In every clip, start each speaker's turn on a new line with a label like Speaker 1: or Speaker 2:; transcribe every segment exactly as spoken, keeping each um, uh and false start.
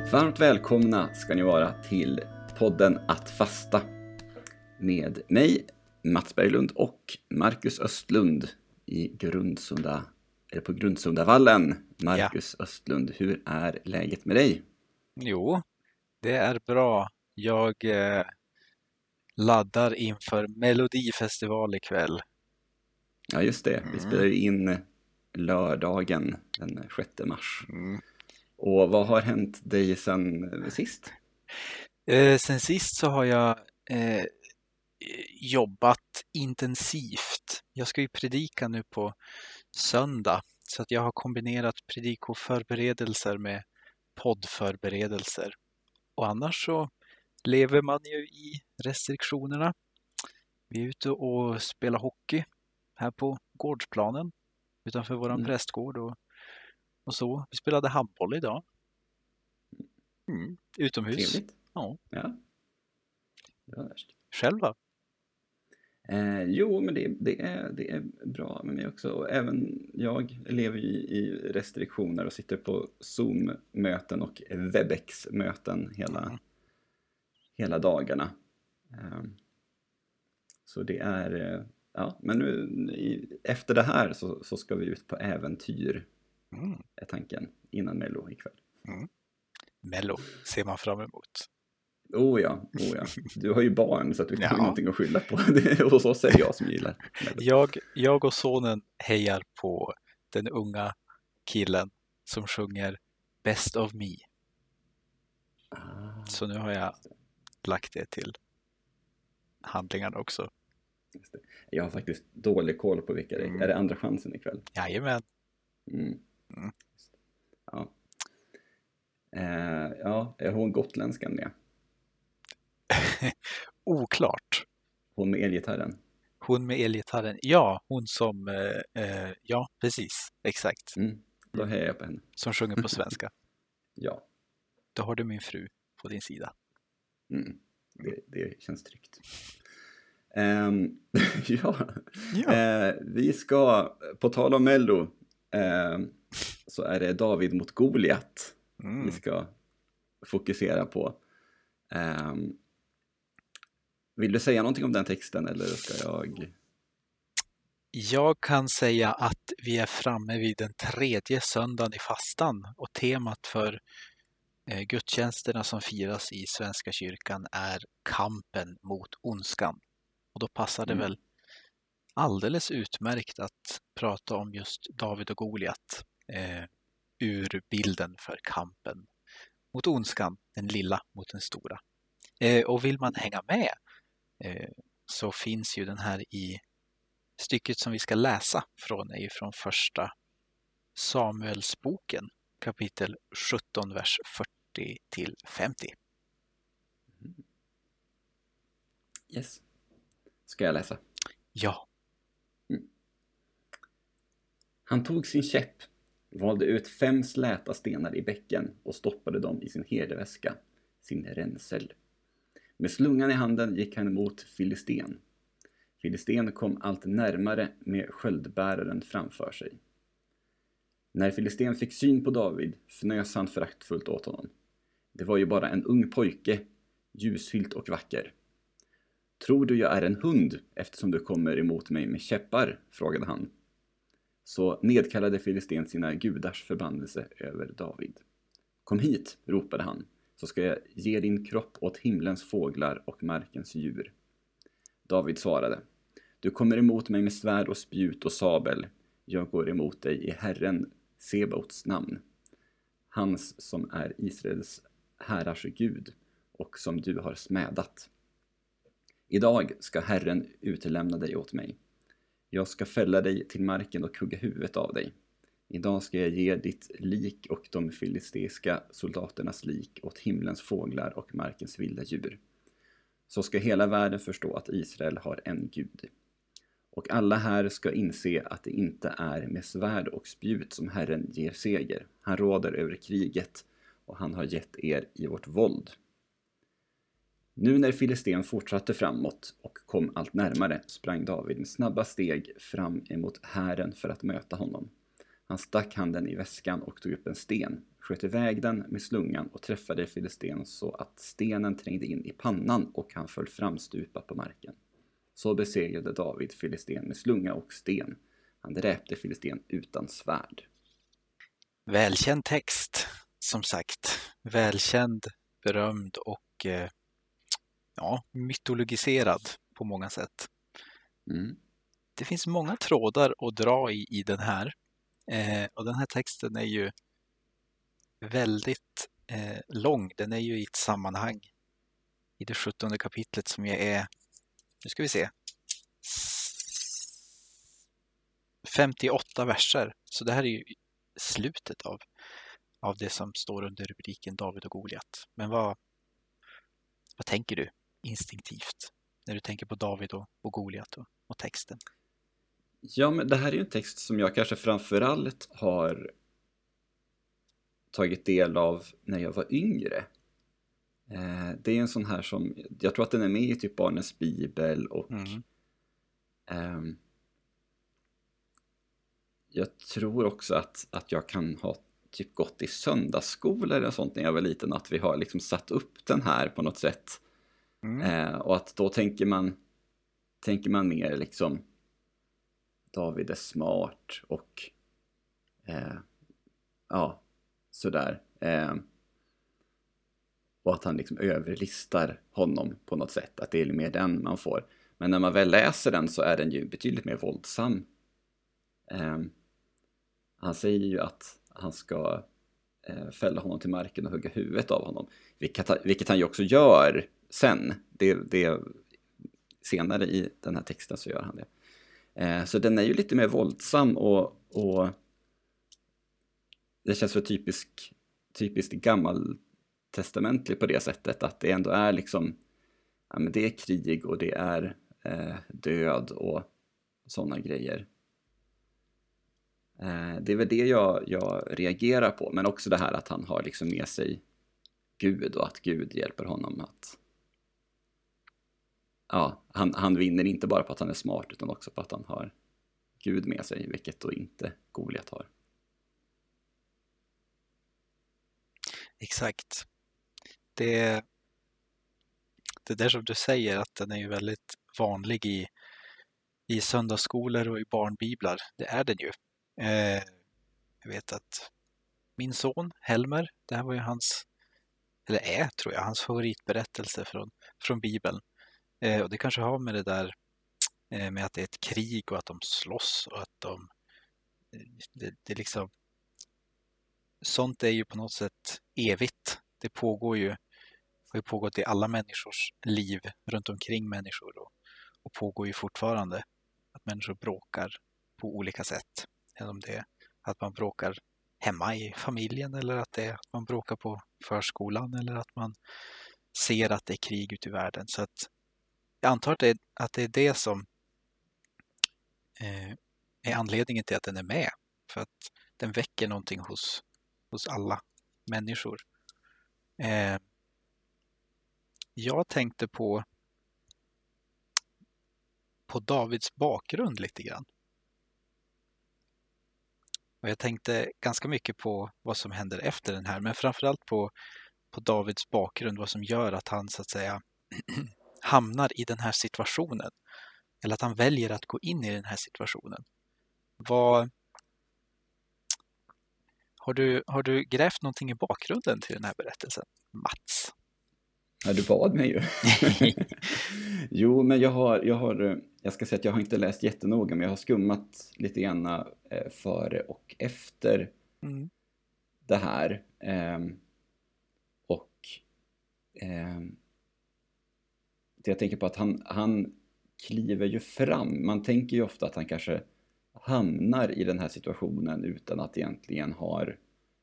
Speaker 1: Varmt välkomna ska ni vara till podden Att fasta med mig, Mats Berglund och Marcus Östlund i Grundsunda, eller på Grundsundavallen. Marcus ja. Östlund, hur är läget med dig?
Speaker 2: Jo, det är bra. Jag eh, laddar inför Melodifestival ikväll.
Speaker 1: Ja, just det. Vi spelar in lördagen den sjätte mars. Mm. Och vad har hänt dig sen sist?
Speaker 2: Eh, sen sist så har jag eh, jobbat intensivt. Jag ska ju predika nu på söndag. Så att jag har kombinerat predikoförberedelser med poddförberedelser. Och annars så lever man ju i restriktionerna. Vi är ute och spelar hockey här på gårdsplanen utanför våran mm. prästgård och, och så. Vi spelade handboll idag. Mm. Utomhus.
Speaker 1: Trevligt.
Speaker 2: Ja.
Speaker 1: Ja. Det var värst.
Speaker 2: Själv då?
Speaker 1: Eh, jo, men det, det, är, det är bra med mig också. Och även jag lever i, i restriktioner och sitter på Zoom-möten och Webex-möten hela, mm. hela dagarna. Eh, så det är... Ja, men nu, i, efter det här så, så ska vi ut på äventyr, mm. är tanken, innan Mello ikväll.
Speaker 2: Mm. Mello ser man fram emot.
Speaker 1: Oh ja, oh ja. Du har ju barn så att du kan ja. ha någonting att skylla på. Det, och så säger jag som gillar Mello.
Speaker 2: Jag, jag och sonen hejar på den unga killen som sjunger Best of Me. Ah, så nu har jag lagt det till handlingarna också.
Speaker 1: Just det. Jag har faktiskt dålig koll på vilka det är. Mm. Är det andra chansen ikväll?
Speaker 2: Jajamän.
Speaker 1: Mm. Mm. Ja. Eh, ja, är hon gotländskan med?
Speaker 2: Oklart.
Speaker 1: Hon med elgitarren?
Speaker 2: Hon med elgitarren, ja. Hon som, eh, eh, ja precis, exakt.
Speaker 1: Mm. Då hejar jag på henne.
Speaker 2: Som sjunger på svenska.
Speaker 1: Ja.
Speaker 2: Då har du min fru på din sida.
Speaker 1: Mm. Det, det känns tryggt. Um, ja,
Speaker 2: ja.
Speaker 1: Uh, vi ska, på tal om Mello, uh, så är det David mot Goliat mm. vi ska fokusera på. Um, vill du säga någonting om den texten eller ska jag?
Speaker 2: Jag kan säga att vi är framme vid den tredje söndagen i fastan och temat för eh, gudstjänsterna som firas i Svenska kyrkan är kampen mot ondskan. Och då passar det mm. väl alldeles utmärkt att prata om just David och Goliat eh, ur bilden för kampen mot ondskan, den lilla mot den stora. Eh, och vill man hänga med eh, så finns ju den här i stycket som vi ska läsa från är ju från första Samuelsboken, kapitel sjutton, vers fyrtio till femtio.
Speaker 1: Mm. Yes. Ska jag läsa?
Speaker 2: Ja.
Speaker 1: Mm. Han tog sin käpp, valde ut fem släta stenar i bäcken och stoppade dem i sin herdeväska, sin ränsel. Med slungan i handen gick han emot Filisten. Filisten kom allt närmare med sköldbäraren framför sig. När Filisten fick syn på David fnös han föraktfullt åt honom. Det var ju bara en ung pojke, ljushylt och vacker. Tror du jag är en hund eftersom du kommer emot mig med käppar? Frågade han. Så nedkallade Filisten sina gudars förbannelse över David. Kom hit, ropade han, så ska jag ge din kropp åt himlens fåglar och markens djur. David svarade. Du kommer emot mig med svärd och spjut och sabel. Jag går emot dig i Herren Sebaots namn. Hans som är Israels herrars Gud och som du har smädat. Idag ska Herren utelämna dig åt mig. Jag ska fälla dig till marken och hugga huvudet av dig. Idag ska jag ge ditt lik och de filisteiska soldaternas lik åt himlens fåglar och markens vilda djur. Så ska hela världen förstå att Israel har en Gud. Och alla här ska inse att det inte är med svärd och spjut som Herren ger seger. Han råder över kriget och han har gett er i vårt våld. Nu när Filisten fortsatte framåt och kom allt närmare sprang David med snabba steg fram emot hären för att möta honom. Han stack handen i väskan och tog upp en sten, sköt iväg den med slungan och träffade Filisten så att stenen trängde in i pannan och han föll framstupa på marken. Så besegrade David Filisten med slunga och sten. Han dräpte Filisten utan svärd.
Speaker 2: Välkänd text, som sagt. Välkänd, berömd och eh, ja, mytologiserad på många sätt.
Speaker 1: Mm.
Speaker 2: Det finns många trådar att dra i, i den här. Eh, och den här texten är ju väldigt eh, lång. Den är ju i ett sammanhang i det sjuttonde kapitlet som ju är, nu ska vi se, femtioåtta verser. Så det här är ju slutet av, av det som står under rubriken David och Goliat. Men vad, vad tänker du instinktivt när du tänker på David och, och Goliat och, och texten?
Speaker 1: Ja, men det här är ju en text som jag kanske framförallt har tagit del av när jag var yngre. Eh, det är en sån här som, jag tror att den är med i typ Barnens Bibel och
Speaker 2: Mm.
Speaker 1: ehm, jag tror också att, att jag kan ha typ gått i söndagsskola eller sånt när jag var liten, att vi har liksom satt upp den här på något sätt.
Speaker 2: Mm.
Speaker 1: Eh, och att då tänker man, tänker man mer liksom David är smart och eh, ja, sådär. Eh, och att han liksom överlistar honom på något sätt. Att det är mer den man får. Men när man väl läser den så är den ju betydligt mer våldsam. Eh, han säger ju att han ska eh, fälla honom till marken och hugga huvudet av honom. Vilket, vilket han ju också gör sen. Det, det, senare i den här texten så gör han det. Eh, så den är ju lite mer våldsam och, och det känns så typisk, typiskt gammaltestamentlig på det sättet att det ändå är liksom, ja, men det är krig och det är eh, död och sådana grejer. Eh, det är väl det jag, jag reagerar på, men också det här att han har liksom med sig Gud och att Gud hjälper honom att ja, han, han vinner inte bara på att han är smart utan också på att han har Gud med sig, vilket då inte Goliat har.
Speaker 2: Exakt. Det, det där som du säger, att den är ju väldigt vanlig i, i söndagsskolor och i barnbiblar. Det är den ju. Eh, jag vet att min son Helmer, det här var ju hans, eller är tror jag, hans favoritberättelse från, från Bibeln. Eh, och det kanske har med det där eh, med att det är ett krig och att de slåss och att de det, det liksom sånt är ju på något sätt evigt. Det pågår ju har ju pågått i alla människors liv runt omkring människor och, och pågår ju fortfarande att människor bråkar på olika sätt. Eller om det är att man bråkar hemma i familjen eller att det är att man bråkar på förskolan eller att man ser att det är krig ute i världen. Så att jag antar att det är, att det är det som eh, är anledningen till att den är med. För att den väcker någonting hos, hos alla människor. Eh, jag tänkte på på Davids bakgrund lite grann. Och jag tänkte ganska mycket på vad som händer efter den här, men framförallt på, på Davids bakgrund, vad som gör att han så att säga hamnar i den här situationen. Eller att han väljer att gå in i den här situationen. Vad, har, du, har du grävt någonting i bakgrunden till den här berättelsen, Mats?
Speaker 1: Ja, du bad mig ju. Jo, men jag har, jag har, jag ska säga att jag har inte läst jättenoga, men jag har skummat lite grann eh, före och efter
Speaker 2: Mm.
Speaker 1: det här. Eh, och eh, det jag tänker på att han, han kliver ju fram. Man tänker ju ofta att han kanske hamnar i den här situationen utan att egentligen har,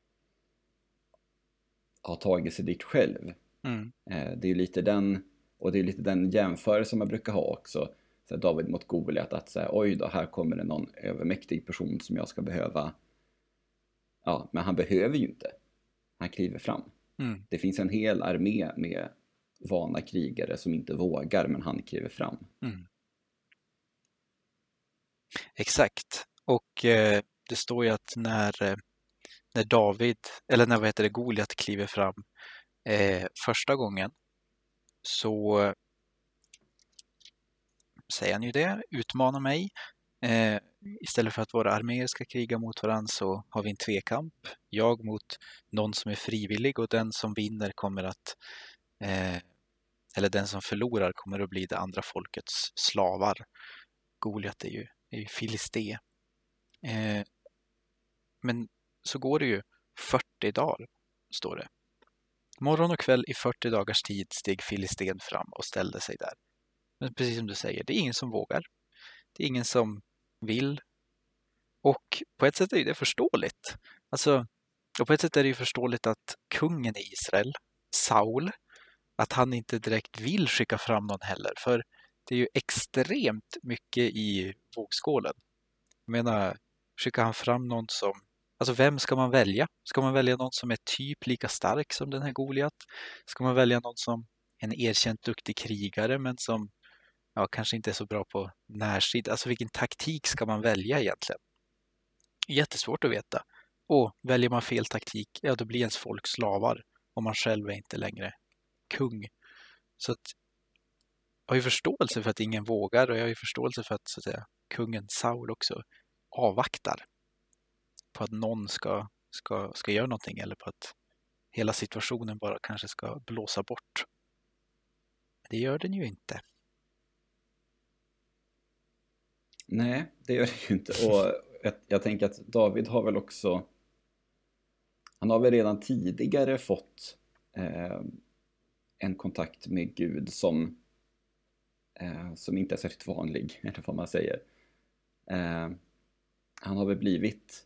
Speaker 1: har tagit sig dit själv.
Speaker 2: Mm.
Speaker 1: Det är ju lite den, och det är lite den jämförelse som man brukar ha också, så här David mot Goliat, att säga, oj då, här kommer det någon övermäktig person som jag ska behöva. Ja, men han behöver ju inte. Han kliver fram.
Speaker 2: Mm.
Speaker 1: Det finns en hel armé med vana krigare som inte vågar, men han kliver fram.
Speaker 2: Mm. Exakt. Och eh, det står ju att när, eh, när David, eller när vad heter det, Goliat kliver fram eh, första gången, så säger han ju det, utmana mig. Eh, istället för att våra arméer ska kriga mot varandra så har vi en tvekamp. Jag mot någon som är frivillig och den som vinner kommer att, eh, eller den som förlorar kommer att bli det andra folkets slavar. Goliat är ju, är ju filisté. Eh, men så går det ju fyrtio dagar, står det. Morgon och kväll i fyrtio dagars tid steg filisten fram och ställde sig där. Men precis som du säger, det är ingen som vågar. Det är ingen som vill. Och på ett sätt är det förståeligt. Alltså, och på ett sätt är det ju förståeligt att kungen i Israel, Saul, att han inte direkt vill skicka fram någon heller. För det är ju extremt mycket i vågskålen. Jag menar, skickar han fram någon som... Alltså vem ska man välja? Ska man välja någon som är typ lika stark som den här Goliat? Ska man välja någon som en erkänt duktig krigare men som ja, kanske inte är så bra på närstrid? Alltså vilken taktik ska man välja egentligen? Jättesvårt att veta. Och väljer man fel taktik, ja då blir ens folk slavar och man själv är inte längre kung. Så att jag har ju förståelse för att ingen vågar och jag har ju förståelse för att, så att säga, kungen Saul också avvaktar på att någon ska, ska, ska göra någonting eller på att hela situationen bara kanske ska blåsa bort. Det gör den ju inte.
Speaker 1: Nej, det gör det ju inte. Och jag, jag tänker att David har väl också... Han har väl redan tidigare fått eh, en kontakt med Gud som, eh, som inte är särskilt vanlig, eller vad man säger. Eh, han har väl blivit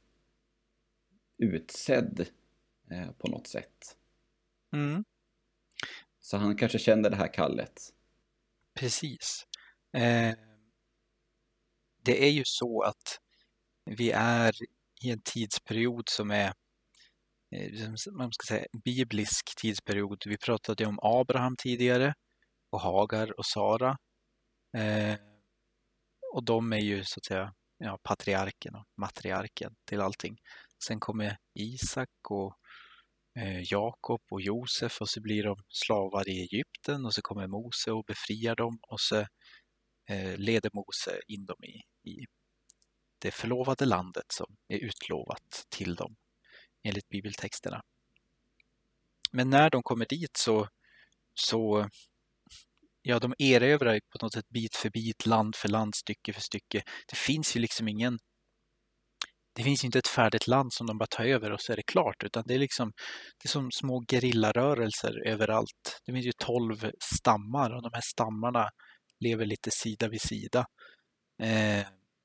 Speaker 1: utsedd eh, på något sätt.
Speaker 2: Mm.
Speaker 1: Så han kanske känner det här kallet. Precis.
Speaker 2: Eh, det är ju så att vi är i en tidsperiod som är eh, man ska säga, biblisk tidsperiod. Vi pratade om Abraham tidigare och Hagar och Sara. Eh, och de är ju så att säga ja, patriarken och matriarken till allting. Sen kommer Isak och eh, Jakob och Josef och så blir de slavar i Egypten och så kommer Mose och befriar dem och så eh, leder Mose in dem i, i det förlovade landet som är utlovat till dem enligt bibeltexterna. Men när de kommer dit så, så ja, de erövrar på något sätt bit för bit, land för land, stycke för stycke. Det finns ju liksom ingen det finns ju inte ett färdigt land som de bara tar över och så är det klart, utan det är liksom det är som små gerillarörelser överallt. Det finns ju tolv stammar och de här stammarna lever lite sida vid sida. Eh,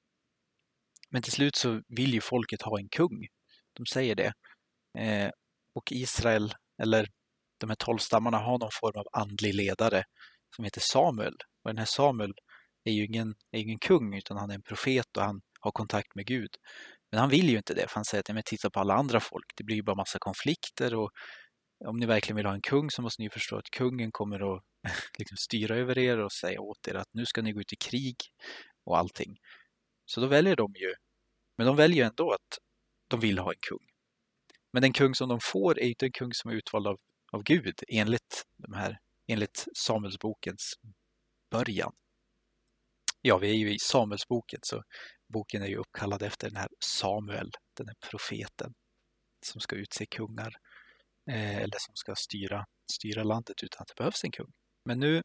Speaker 2: men till slut så vill ju folket ha en kung. De säger det. Eh, och Israel, eller de här tolv stammarna, har någon form av andlig ledare som heter Samuel. Och den här Samuel är ju ingen, är ingen kung, utan han är en profet och han har kontakt med Gud. Men han vill ju inte det, för han säger att ja, men titta på alla andra folk. Det blir ju bara massa konflikter och om ni verkligen vill ha en kung så måste ni förstå att kungen kommer att liksom styra över er och säga åt er att nu ska ni gå ut i krig och allting. Så då väljer de ju, men de väljer ändå att de vill ha en kung. Men den kung som de får är inte en kung som är utvald av, av Gud enligt, de här, enligt Samuelsbokens början. Ja, vi är ju i Samuelsboken, så boken är ju uppkallad efter den här Samuel, den här profeten som ska utse kungar eh, eller som ska styra, styra landet utan att det behövs en kung. Men nu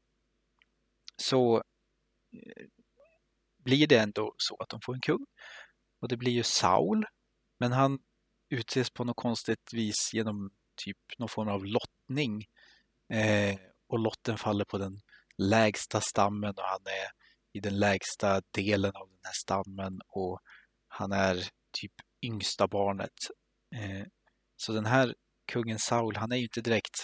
Speaker 2: så eh, blir det ändå så att de får en kung och det blir ju Saul, men han utses på något konstigt vis genom typ någon form av lottning eh, och lotten faller på den lägsta stammen och han är i den lägsta delen av den här stammen och han är typ yngsta barnet. Eh, så den här kungen Saul, han är ju inte direkt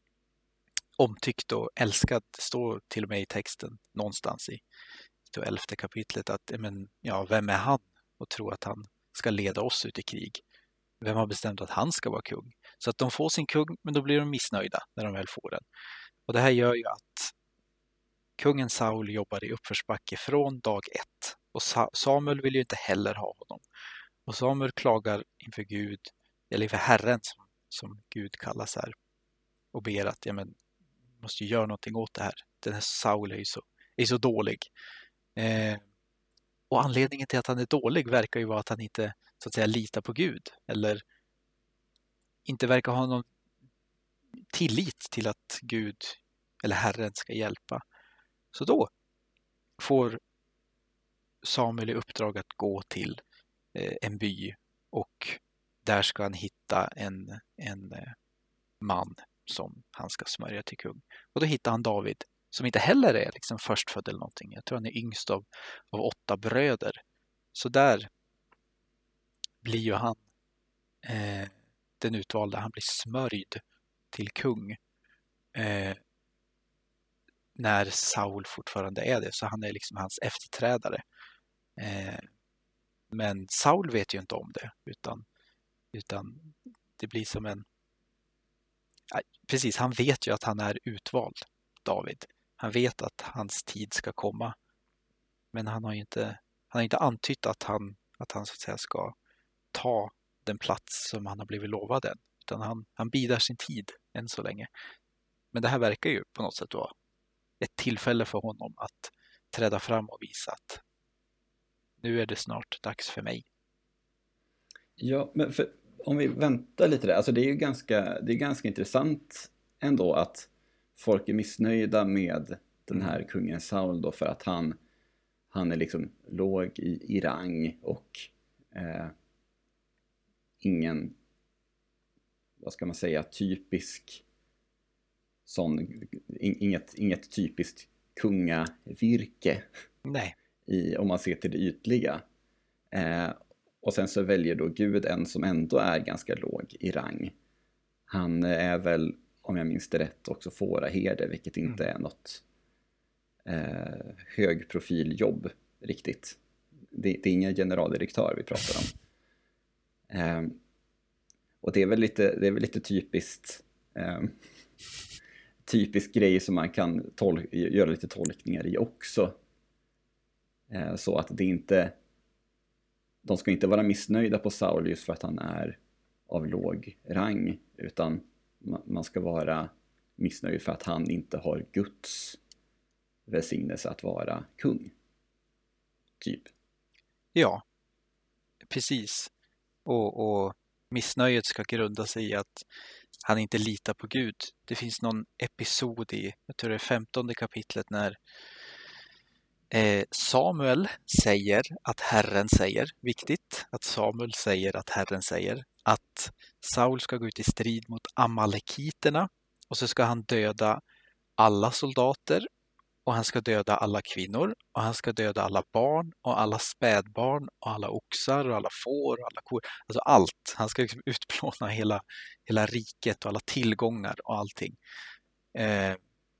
Speaker 2: omtyckt och älskad. Det står till och med i texten någonstans i det elfte kapitlet att men, ja, vem är han och tror att han ska leda oss ut i krig? Vem har bestämt att han ska vara kung? Så att de får sin kung, men då blir de missnöjda när de väl får den. Och det här gör ju att kungen Saul jobbar i uppförsbacke från dag ett. Och Samuel vill ju inte heller ha honom. Och Samuel klagar inför Gud eller för Herren som, som Gud kallas här, och ber att ja, men, måste ju göra någonting åt det här. Den här Saul är ju så, är så dålig. Eh, och anledningen till att han är dålig verkar ju vara att han inte så att säga litar på Gud, eller inte verkar ha någon tillit till att Gud eller Herren ska hjälpa. Så då får Samuel i uppdrag att gå till eh, en by, och där ska han hitta en, en eh, man som han ska smörja till kung. Och då hittar han David, som inte heller är liksom förstfödd eller någonting. Jag tror han är yngst av, av åtta bröder. Så där blir ju han eh, den utvalda. Han blir smörjd till kung eh, när Saul fortfarande är det. Så han är liksom hans efterträdare. Eh, men Saul vet ju inte om det, utan, utan det blir som en... Precis, han vet ju att han är utvald, David. Han vet att hans tid ska komma. Men han har ju inte, han har inte antytt att han, att han så att säga ska ta den plats som han har blivit lovad än. Utan han, han bidar sin tid än så länge. Men det här verkar ju på något sätt vara ett tillfälle för honom att träda fram och visa att nu är det snart dags för mig.
Speaker 1: Ja, men för, om vi väntar lite där. Alltså det är ju ganska, det är ganska intressant ändå att folk är missnöjda med den här kungen Saul då, för att han, han är liksom låg i, i rang och eh, ingen, vad ska man säga, typisk sån, inget, inget typiskt kungavirke.
Speaker 2: Nej.
Speaker 1: I, om man ser till det ytliga. Eh, och sen så väljer då Gud en som ändå är ganska låg i rang. Han är väl, om jag minns det rätt, också fåraherde, vilket inte är något eh, högprofiljobb riktigt. Det, det är ingen generaldirektör vi pratar om. Eh, och det är väl lite, det är väl lite typiskt eh, typisk grej som man kan tol- göra lite tolkningar i också. Eh, så att det inte, de ska inte vara missnöjda på Saul just för att han är av låg rang, utan man ska vara missnöjd för att han inte har Guds välsignelse att vara kung. Typ.
Speaker 2: Ja, precis. Och, och missnöjet ska grunda sig i att han inte litar på Gud. Det finns någon episod i, jag tror det är femtonde kapitlet, när eh, Samuel säger att Herren säger, viktigt att Samuel säger att Herren säger, att Saul ska gå ut i strid mot amalekiterna, och så ska han döda alla soldater, och han ska döda alla kvinnor, och han ska döda alla barn och alla spädbarn och alla oxar och alla får och alla kor. Alltså allt. Han ska liksom utplåna hela, hela riket och alla tillgångar och allting. Eh,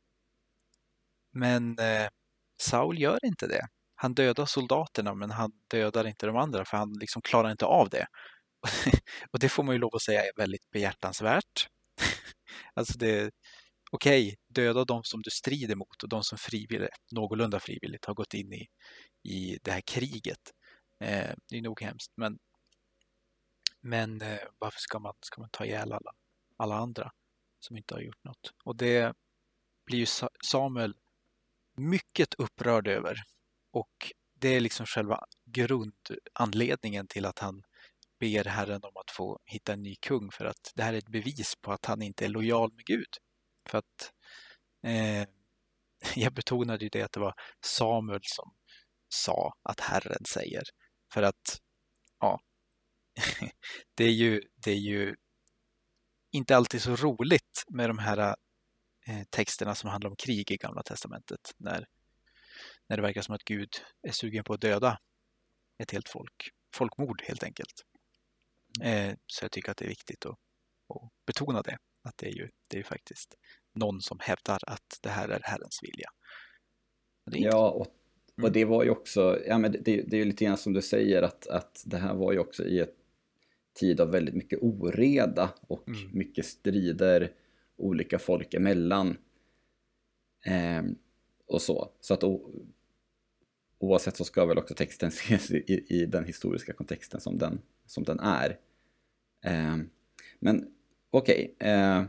Speaker 2: men eh, Saul gör inte det. Han dödar soldaterna, men han dödar inte de andra, för han liksom klarar inte av det. Och det får man ju lov att säga är väldigt behjärtansvärt. Alltså det okej, okay, döda de som du strider mot och de som frivilligt, någorlunda frivilligt har gått in i, i det här kriget. Eh, det är nog hemskt, men, men eh, varför ska man, ska man ta ihjäl alla, alla andra som inte har gjort något? Och det blir ju Samuel mycket upprörd över, och det är liksom själva grundanledningen till att han ber Herren om att få hitta en ny kung, för att det här är ett bevis på att han inte är lojal med Gud. För att eh, jag betonade ju det att det var Samuel som sa att Herren säger. För att ja, det är ju, det är ju inte alltid så roligt med de här eh, texterna som handlar om krig i Gamla testamentet. När, när det verkar som att Gud är sugen på att döda ett helt folk. Folkmord helt enkelt. Eh, så jag tycker att det är viktigt att, att betona det. Att det är ju det är faktiskt någon som hävdar att det här är Herrens vilja.
Speaker 1: Ja, och, och det var ju också, ja, men det, det är ju lite grann som du säger, att, att det här var ju också i ett tid av väldigt mycket oreda och mm. mycket strider olika folk emellan. Eh, och så. Så att o, oavsett så ska väl också texten ses i, i den historiska kontexten som den, som den är. Eh, Men okej, okay, eh,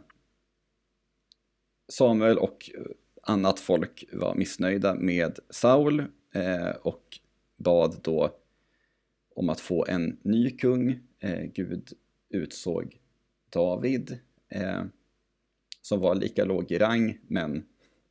Speaker 1: Samuel och annat folk var missnöjda med Saul eh, och bad då om att få en ny kung. Eh, Gud utsåg David eh, som var lika låg i rang, men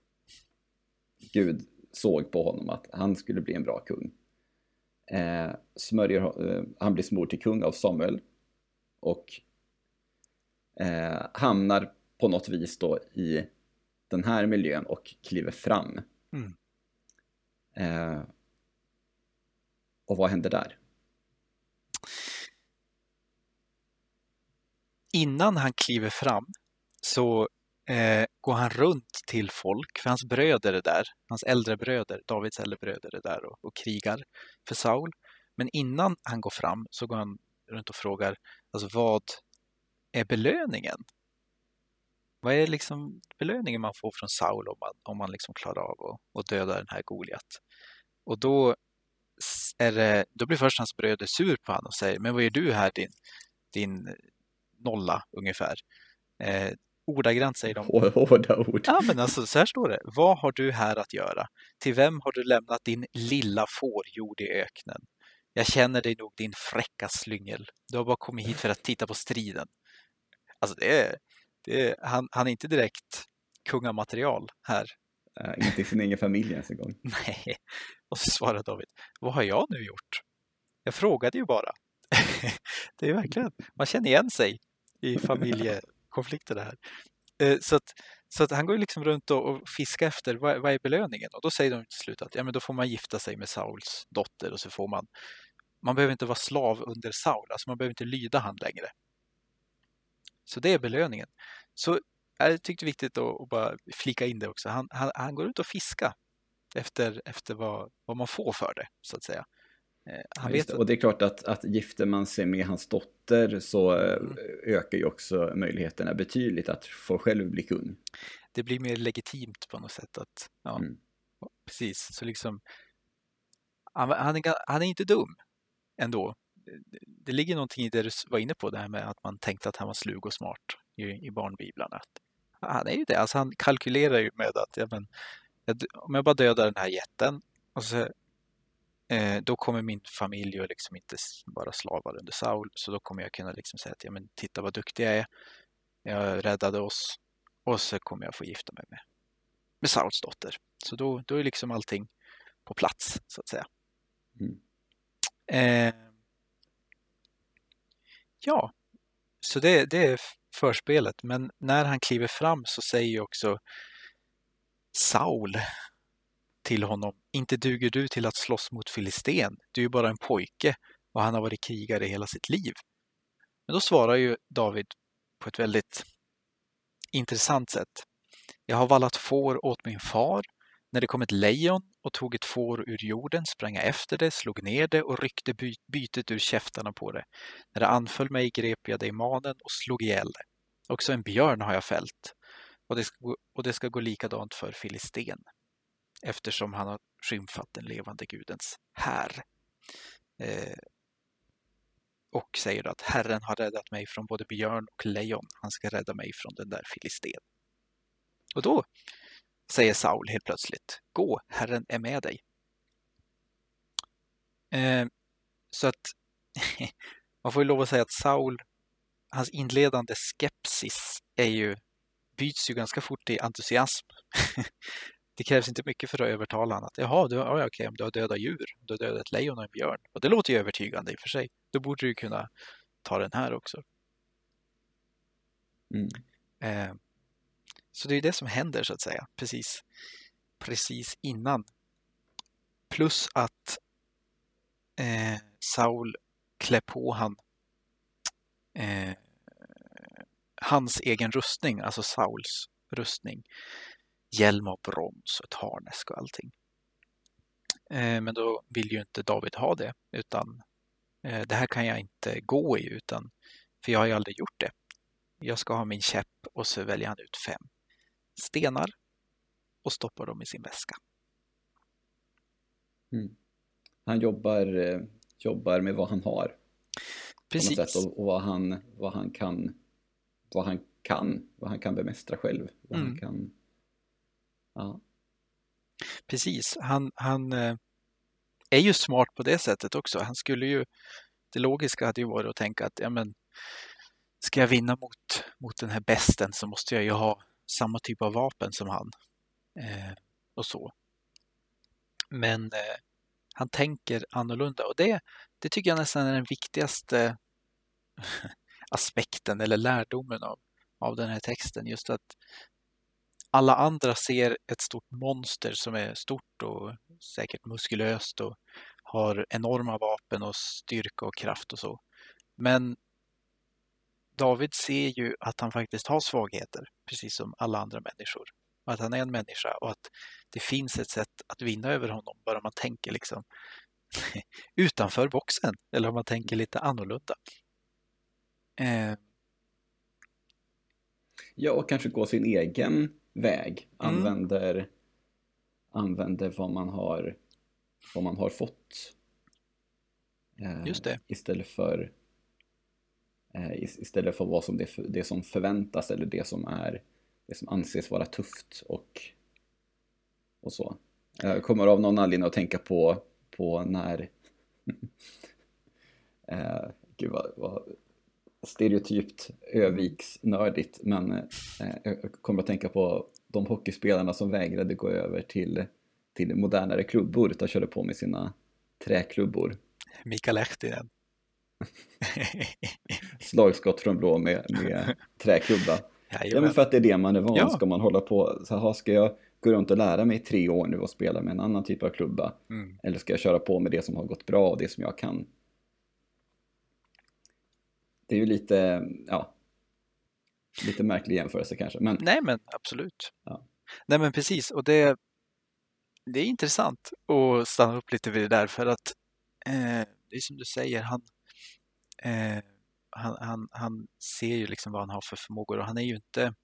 Speaker 1: Gud såg på honom att han skulle bli en bra kung. Eh, smörjer, eh, han blir smord till kung av Samuel och eh, hamnar på något vis då i den här miljön och kliver fram.
Speaker 2: Mm.
Speaker 1: Eh, och vad händer där?
Speaker 2: Innan han kliver fram så eh, går han runt till folk, för hans bröder är där, hans äldre bröder, Davids äldre bröder är där och, och krigar för Saul. Men innan han går fram så går han runt och frågar, alltså vad är belöningen? Vad är liksom belöningen man får från Saul om man, om man liksom klarar av att, att döda den här Goliat? Och då, är det, då blir först hans bröder sur på honom och säger, men vad gör du här din, din nolla ungefär? Eh, ordagrant säger de.
Speaker 1: Hårda ord.
Speaker 2: Ja, men alltså så här står det. Vad har du här att göra? Till vem har du lämnat din lilla fårjord i öknen? Jag känner dig nog, din fräcka slyngel. Du har bara kommit hit för att titta på striden. Alltså det är, det är han, han är inte direkt kungamaterial här.
Speaker 1: Uh, inte i sin egen familj ens en gång.
Speaker 2: Nej. Och så svarar David, vad har jag nu gjort? Jag frågade ju bara. Det är verkligen, man känner igen sig i familjekonflikter det här. Så att, så att han går liksom runt och fiskar efter vad, vad är belöningen? Och då säger de till slut att ja, men då får man gifta sig med Sauls dotter och så får man, man behöver inte vara slav under Saul, alltså man behöver inte lyda han längre. Så det är belöningen. Så jag tyckte det är viktigt att, att bara flika in det också. Han, han, han går ut och fiskar efter, efter vad, vad man får för det, så att säga. Han
Speaker 1: ja,
Speaker 2: vet
Speaker 1: det. Och det är klart att, att gifter man sig med hans dotter så
Speaker 2: mm.
Speaker 1: ökar ju också möjligheterna betydligt att få själv bli kung.
Speaker 2: Det blir mer legitimt på något sätt. Att, ja,
Speaker 1: mm.
Speaker 2: Precis, så liksom han, han, är, han är inte dum ändå. Det, det ligger någonting i det du var inne på, det här med att man tänkte att han var slug och smart i, i barnbiblarna. Att, han är ju det, alltså han kalkylerar ju med att ja, men, om jag bara dödar den här jätten och så då kommer min familj och liksom inte vara slavar under Saul, så då kommer jag kunna liksom säga att ja, men titta vad duktig jag är, jag räddade oss och så kommer jag få gifta mig med, med Sauls dotter. Så då, då är liksom allting på plats, så att säga.
Speaker 1: Mm.
Speaker 2: Eh, ja, så det, det är förspelet. Men när han kliver fram så säger ju också Saul till honom, inte duger du till att slåss mot Filisten. Du är ju bara en pojke och han har varit krigare hela sitt liv. Men då svarar ju David på ett väldigt intressant sätt. Jag har vallat får åt min far. När det kom ett lejon och tog ett får ur jorden sprang jag efter det, slog ner det och ryckte by- bytet ur käftarna på det. När det anföll mig grep jag det i manen och slog ihjäl det. Också en björn har jag fällt. Och det ska gå, och det ska gå likadant för Filisten, eftersom han har skymfat den levande gudens här. Eh, och säger att Herren har räddat mig från både björn och lejon. Han ska rädda mig från den där Filisten. Och då säger Saul helt plötsligt, gå, Herren är med dig. Eh, så att man får ju lov att säga att Saul, hans inledande skepsis är ju, byts ju ganska fort i entusiasm. Det krävs inte mycket för att övertala honom att jaha, du, ja, okej, om du har dödat djur, du har dödat ett lejon och en björn. Och det låter ju övertygande i och för sig. Då borde du kunna ta den här också.
Speaker 1: Mm.
Speaker 2: Eh, så det är det som händer, så att säga, precis, precis innan. Plus att eh, Saul klär på han eh, hans egen rustning, alltså Sauls rustning. Hjälm av brons och ett harnesk och allting. Eh, men då vill ju inte David ha det, utan eh, det här kan jag inte gå i, utan för jag har ju aldrig gjort det. Jag ska ha min käpp, och så väljer han ut fem stenar och stoppar dem i sin väska.
Speaker 1: Mm. Han jobbar, eh, jobbar med vad han har.
Speaker 2: Precis.
Speaker 1: På något sätt, och, och vad, han, vad han kan vad han kan, vad han kan bemästra själv, vad
Speaker 2: Mm.
Speaker 1: han kan, ja.
Speaker 2: Precis, han, han eh, är ju smart på det sättet också. Han skulle ju, det logiska hade ju varit att tänka att ja, men, ska jag vinna mot, mot den här besten så måste jag ju ha samma typ av vapen som han. Eh, och så. Men eh, han tänker annorlunda och det, det tycker jag nästan är den viktigaste aspekten eller lärdomen av, av den här texten. Just att alla andra ser ett stort monster som är stort och säkert muskulöst och har enorma vapen och styrka och kraft och så. Men David ser ju att han faktiskt har svagheter, precis som alla andra människor. Och att han är en människa och att det finns ett sätt att vinna över honom bara man tänker liksom utanför boxen eller om man tänker lite annorlunda. Eh,
Speaker 1: Ja, och kanske gå sin egen väg.
Speaker 2: Mm.
Speaker 1: Använder, använder vad man har, vad man har fått. Eh,
Speaker 2: Just det.
Speaker 1: Istället för, eh, istället för vad som det, det som förväntas eller det som är det som anses vara tufft och, och så. Jag kommer av någon anledning att tänka på, på när eh, gud vad, vad stereotypt öviksnördigt, men eh, jag kommer att tänka på de hockeyspelarna som vägrade gå över till, till modernare klubbor utan körde på med sina träklubbor.
Speaker 2: Mikael Lehtinen.
Speaker 1: Slagskott från blå med, med träklubba. Ja, men för att det är det man är van.
Speaker 2: Ja.
Speaker 1: Ska man hålla på så här, ska jag gå runt och lära mig i tre år nu och spela med en annan typ av klubba?
Speaker 2: Mm.
Speaker 1: Eller ska jag köra på med det som har gått bra och det som jag kan? Det är ju lite, ja, lite märklig jämförelse kanske. Men...
Speaker 2: Nej, men absolut.
Speaker 1: Ja.
Speaker 2: Nej, men precis. Och det, det är intressant att stanna upp lite vid det där för att eh, det är som du säger, han, eh, han, han, han ser ju liksom vad han har för förmågor och han är ju inte,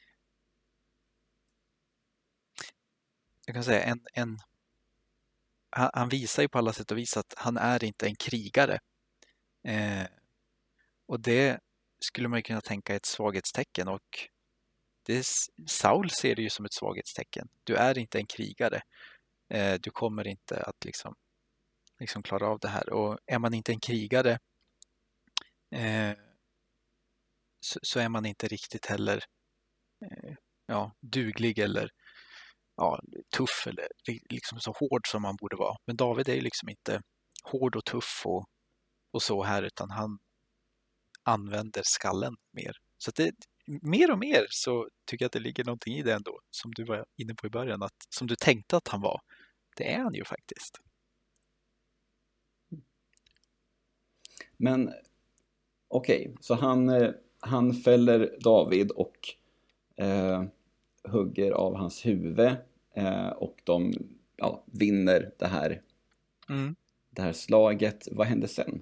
Speaker 2: jag kan säga en, en han, han visar ju på alla sätt och vis att han är inte en krigare. Eh, och det skulle man ju kunna tänka är ett svaghetstecken och det är, Saul ser det ju som ett svaghetstecken. Du är inte en krigare. Eh, du kommer inte att liksom, liksom klara av det här. Och är man inte en krigare eh, så, så är man inte riktigt heller eh, ja, duglig eller ja, tuff eller liksom så hård som man borde vara. Men David är ju liksom inte hård och tuff och, och så här utan han använder skallen mer. Så att det, mer och mer så tycker jag att det ligger någonting i det ändå som du var inne på i början att som du tänkte att han var. Det är han ju faktiskt.
Speaker 1: Men okej, okay, så han, han fäller David och eh, hugger av hans huvud eh, och de ja, vinner det här,
Speaker 2: mm.
Speaker 1: det här slaget. Vad hände sen?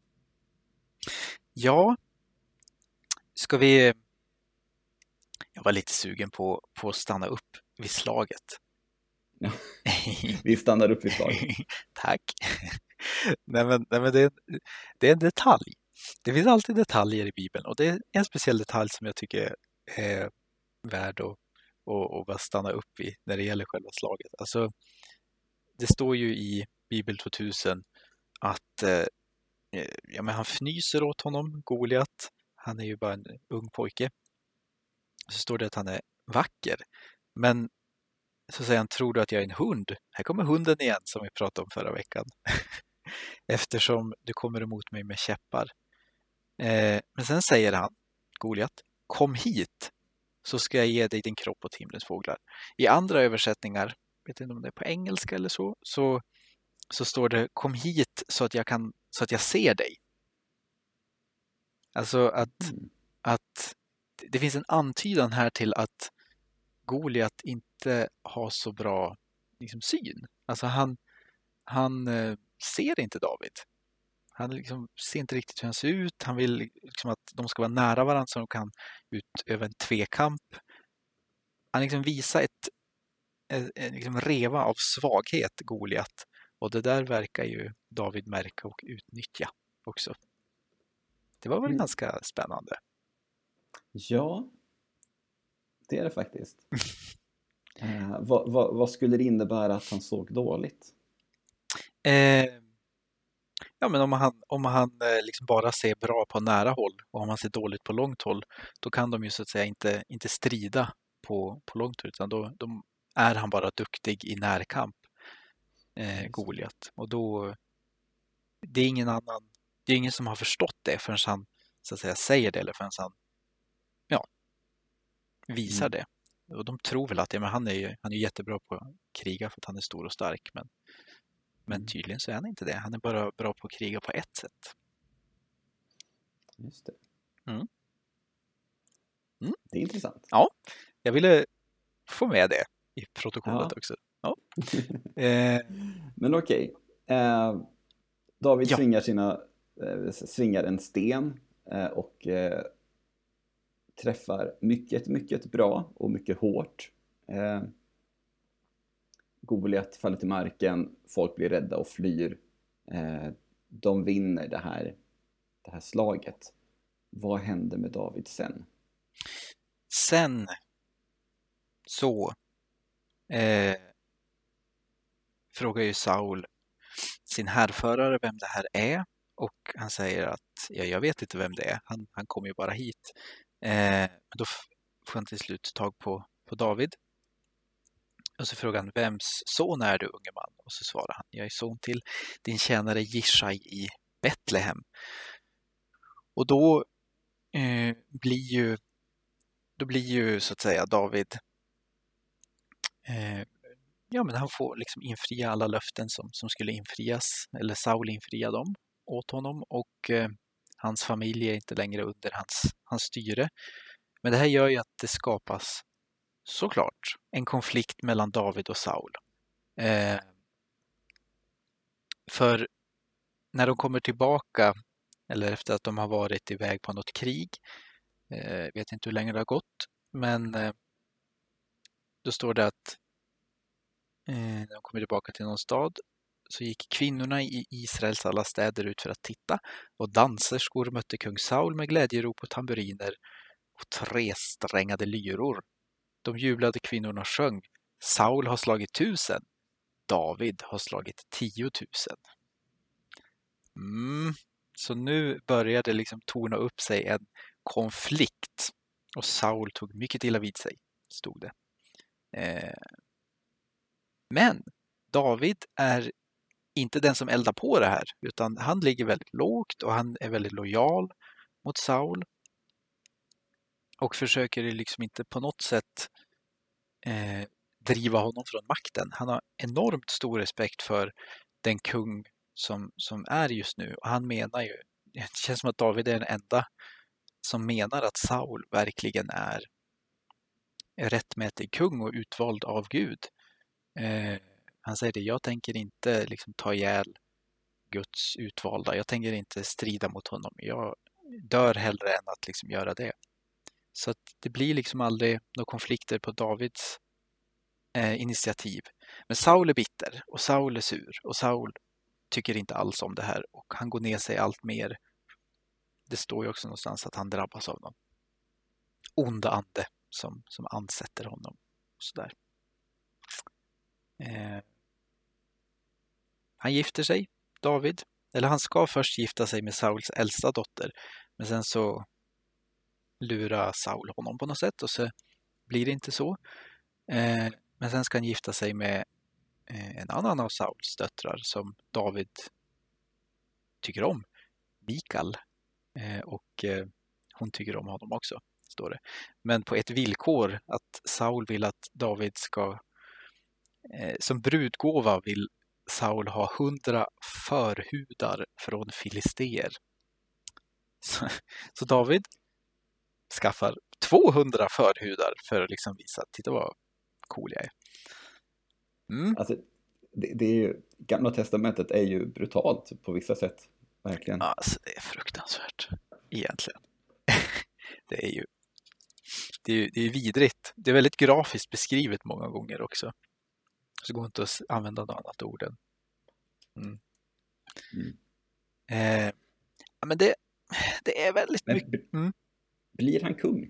Speaker 2: Ja, ska vi... Jag var lite sugen på, på att stanna upp vid slaget.
Speaker 1: Ja, vi stannar upp vid slaget.
Speaker 2: Tack. nej, men, nej, men det, det är en detalj. Det finns alltid detaljer i Bibeln och det är en speciell detalj som jag tycker är värd att, att, att bara stanna upp vid när det gäller själva slaget. Alltså, det står ju i Bibel tvåtusen att eh, ja, men han fnyser åt honom, Goliat. Han är ju bara en ung pojke. Så står det att han är vacker. Men så säger han, tror du att jag är en hund? Här kommer hunden igen som vi pratade om förra veckan. Eftersom du kommer emot mig med käppar. Eh, men sen säger han, Goliat, kom hit så ska jag ge dig din kropp åt himlens fåglar. I andra översättningar, vet inte om det är på engelska eller så, så, så står det, kom hit så att jag kan, så att jag ser dig. Alltså att,
Speaker 1: Mm.
Speaker 2: att det finns en antydan här till att Goliat inte har så bra liksom, syn. Alltså han, han eh, ser inte David. Han liksom ser inte riktigt hur han ser ut. Han vill liksom att de ska vara nära varandra så de kan utöva en tvekamp. Han liksom visar ett, ett, ett liksom reva av svaghet, Goliat. Och det där verkar ju David märka och utnyttja också. Det var väl
Speaker 1: Mm.
Speaker 2: ganska spännande.
Speaker 1: Ja, det är det faktiskt. eh, vad, vad, vad skulle det innebära att han såg dåligt?
Speaker 2: Eh, ja, men om han, om han eh, liksom bara ser bra på nära håll och om han ser dåligt på långt håll, då kan de ju så att säga inte, inte strida på, på långt håll, utan då, då är han bara duktig i närkamp, eh, Goliat. Och då, det är ingen annan, det är ingen som har förstått det förrän han så att säga säger det eller förrän han ja, visar
Speaker 1: Mm.
Speaker 2: det. Och de tror väl att ja, men han är ju han är jättebra på att kriga för att han är stor och stark, men Men
Speaker 1: Mm.
Speaker 2: tydligen så är han inte det. Han är bara bra på att kriga på ett sätt.
Speaker 1: Just det.
Speaker 2: Mm. Mm.
Speaker 1: Det är intressant.
Speaker 2: Ja, jag ville få med det i protokollet
Speaker 1: Ja.
Speaker 2: också. Ja. eh,
Speaker 1: Men okej. Eh, David
Speaker 2: Ja.
Speaker 1: svingar, sina, eh, svingar en sten eh, och eh, träffar mycket, mycket bra och mycket hårt. Eh, Goliat faller till marken, folk blir rädda och flyr. Eh, de vinner det här, det här slaget. Vad händer med David sen?
Speaker 2: sen så eh, frågar ju Saul sin härförare vem det här är, och han säger att ja, jag vet inte vem det är. Han, han kommer ju bara hit. Eh, men då f- får han till slut tag på, på David. Och så frågar han, vems son är du, unge man? Och så svarar han, jag är son till din tjänare Jishai i Betlehem. Och då eh, blir ju då blir ju så att säga David eh, ja, men han får liksom infria alla löften som, som skulle infrias, eller Saul infria dem åt honom, och eh, hans familj är inte längre under hans, hans styre. Men det här gör ju att det skapas såklart en konflikt mellan David och Saul. Eh, för när de kommer tillbaka, eller efter att de har varit iväg på något krig, eh, vet inte hur länge det har gått, men eh, då står det att eh, när de kommer tillbaka till någon stad så gick kvinnorna i Israels alla städer ut för att titta, och danserskor mötte kung Saul med glädjerop och tamburiner och tresträngade lyror. De jublade kvinnorna och sjöng, Saul har slagit tusen, David har slagit tiotusen. Mm. Så nu började det liksom torna upp sig en konflikt, och Saul tog mycket illa vid sig, stod det. Eh. Men David är inte den som eldar på det här, utan han ligger väldigt lågt och han är väldigt lojal mot Saul och försöker liksom inte på något sätt eh, driva honom från makten. Han har enormt stor respekt för den kung som, som är just nu, och han menar ju, det känns som att David är den enda som menar att Saul verkligen är rättmätig kung och utvald av Gud. Eh, han säger det, jag tänker inte liksom ta ihjäl Guds utvalda. Jag tänker inte strida mot honom. Jag dör hellre än att liksom göra det. Så att det blir liksom aldrig några konflikter på Davids eh, initiativ. Men Saul är bitter och Saul är sur och Saul tycker inte alls om det här, och han går ner sig allt mer. Det står ju också någonstans att han drabbas av någon onda ande som, som ansätter honom. Så där. Eh, han gifter sig, David. Eller han ska först gifta sig med Sauls äldsta dotter. Men sen så lurar Saul honom på något sätt och så blir det inte så. Eh, men sen ska han gifta sig med eh, en annan av Sauls döttrar som David tycker om. Mikal. Eh, och eh, hon tycker om honom också, står det. Men på ett villkor, att Saul vill att David ska eh, som brudgåva vill Saul ha hundra förhudar från filisteer. Så, så David skaffar tvåhundra förhudar för att liksom visa att titta vad cool jag är. Mm.
Speaker 1: Alltså, det, det är ju, Gamla testamentet är ju brutalt på vissa sätt, verkligen.
Speaker 2: Alltså det är fruktansvärt egentligen. Det är ju det är, ju, det är vidrigt. Det är väldigt grafiskt beskrivet många gånger också. Så går inte att använda något annat ord än. Mm.
Speaker 1: Mm.
Speaker 2: Eh, men det, det är väldigt
Speaker 1: Men
Speaker 2: mycket. Mm.
Speaker 1: Blir han kung?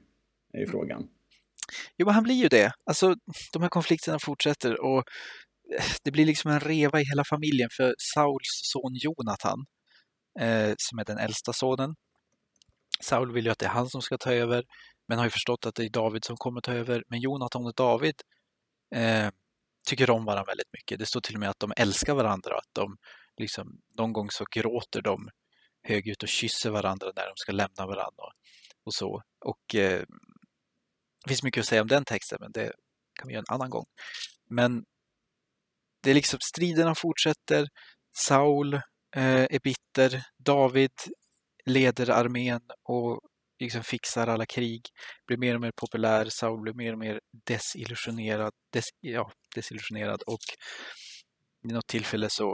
Speaker 1: är ju frågan.
Speaker 2: Jo, men han blir ju det. Alltså, de här konflikterna fortsätter och det blir liksom en reva i hela familjen för Sauls son Jonatan, eh, som är den äldsta sonen. Saul vill ju att det är han som ska ta över, men har ju förstått att det är David som kommer ta över. Men Jonatan och David eh, tycker om varandra väldigt mycket. Det står till och med att de älskar varandra. Att de liksom, någon gång så gråter de högljutt och kysser varandra när de ska lämna varandra. Och, och så. Och eh, det finns mycket att säga om den texten, men det kan vi göra en annan gång. Men det är liksom, striderna fortsätter. Saul eh, är bitter. David leder armén och liksom fixar alla krig. Blir mer och mer populär. Saul blir mer och mer desillusionerad. Des, ja, desillusionerad. Och vid något tillfälle så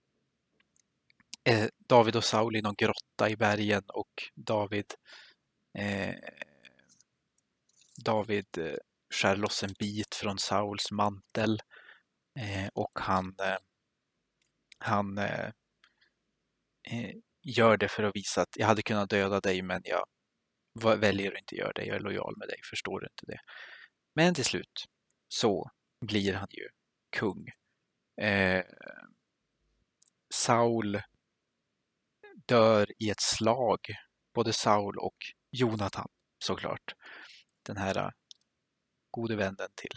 Speaker 2: är David och Saul i någon grotta i bergen och David eh, David eh, skär loss en bit från Sauls mantel eh, och han eh, han eh, eh, gör det för att visa att jag hade kunnat döda dig, men jag väljer att inte göra det. Jag är lojal med dig, förstår du inte det? Men till slut så blir han ju kung. Eh, Saul dör i ett slag, både Saul och Jonatan såklart. Den här gode vännen till,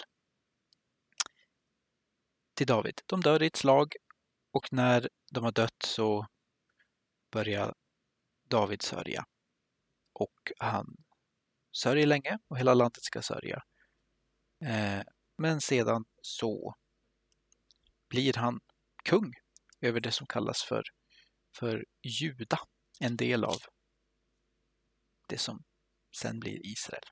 Speaker 2: till David. De dör i ett slag och när de har dött så börjar David sörja. Och han sörjer länge och hela landet ska sörja. Eh, men sedan så blir han kung över det som kallas för, för Juda. En del av det som sen blir Israel.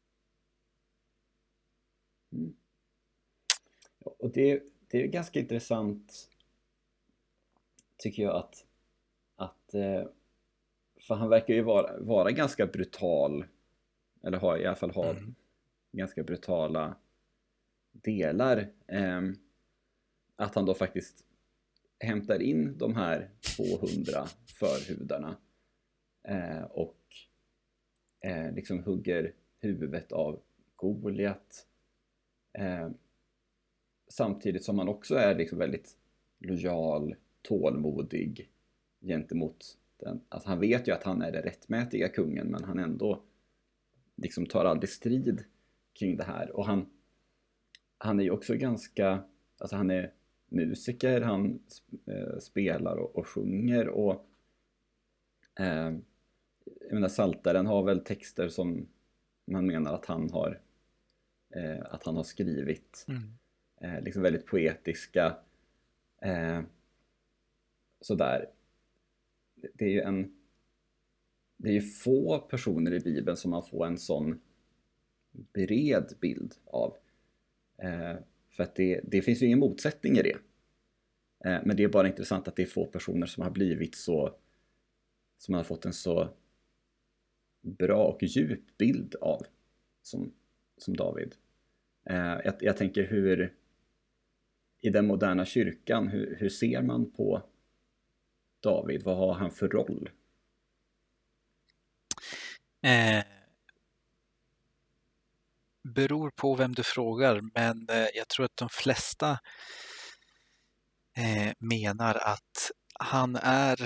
Speaker 1: Mm. Och det, det är ganska intressant, tycker jag, att, att för han verkar ju vara, vara ganska brutal, eller har i alla fall ha mm. ganska brutala delar. Eh, att han då faktiskt hämtar in de här tvåhundra förhudarna eh, och eh, liksom hugger huvudet av Goliat. Eh, samtidigt som han också är liksom väldigt lojal, tålmodig gentemot den. Alltså han vet ju att han är den rättmätiga kungen, men han ändå liksom tar aldrig strid kring det här. Och han, han är ju också ganska, alltså han är musiker, han eh, spelar och, och sjunger och eh, jag menar, Psaltaren har väl texter som man menar att han har eh, att han har skrivit mm. eh, liksom väldigt poetiska eh, sådär. Det är ju en det är ju få personer i Bibeln som man får en sån bred bild av. Eh, för att det, det finns ju ingen motsättning i det. Eh, men det är bara intressant att det är få personer som har blivit så, som har fått en så bra och djup bild av som, som David. Eh, jag, jag tänker hur i den moderna kyrkan, hur, hur ser man på David? Vad har han för roll?
Speaker 2: Eh, beror på vem du frågar, men eh, jag tror att de flesta eh, menar att han är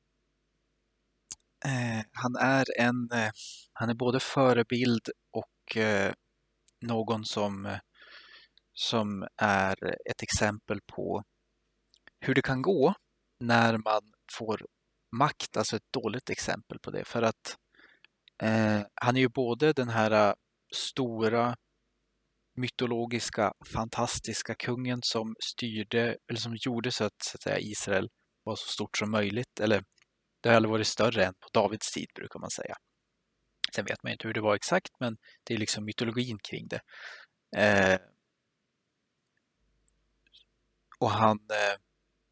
Speaker 2: eh, han är en eh, han är både förebild och eh, någon som som är ett exempel på hur det kan gå när man får makt, alltså ett dåligt exempel på det, för att Eh, han är ju både den här stora mytologiska, fantastiska kungen som styrde, eller som gjorde så att, så att säga, Israel var så stort som möjligt. Eller det har aldrig varit större än på Davids tid, brukar man säga. Sen vet man inte hur det var exakt, men det är liksom mytologin kring det. Eh, och han eh,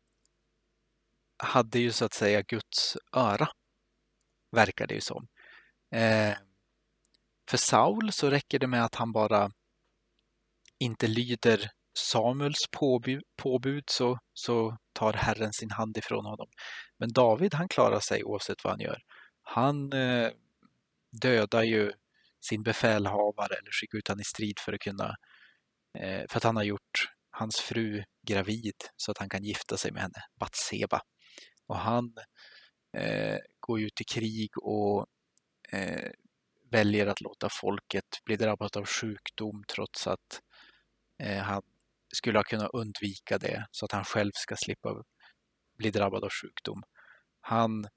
Speaker 2: hade ju så att säga Guds öra, verkar det ju som. Eh, för Saul så räcker det med att han bara inte lyder Samuels påbud, påbud så, så tar Herren sin hand ifrån honom. Men David, han klarar sig oavsett vad han gör. Han eh, dödar ju sin befälhavare eller skicka ut han i strid för att kunna eh, för att han har gjort hans fru gravid så att han kan gifta sig med henne, Batseba. Och han eh, går ut i krig och eh, väljer att låta folket bli drabbat av sjukdom trots att eh, han skulle ha kunnat undvika det så att han själv ska slippa bli drabbad av sjukdom. Han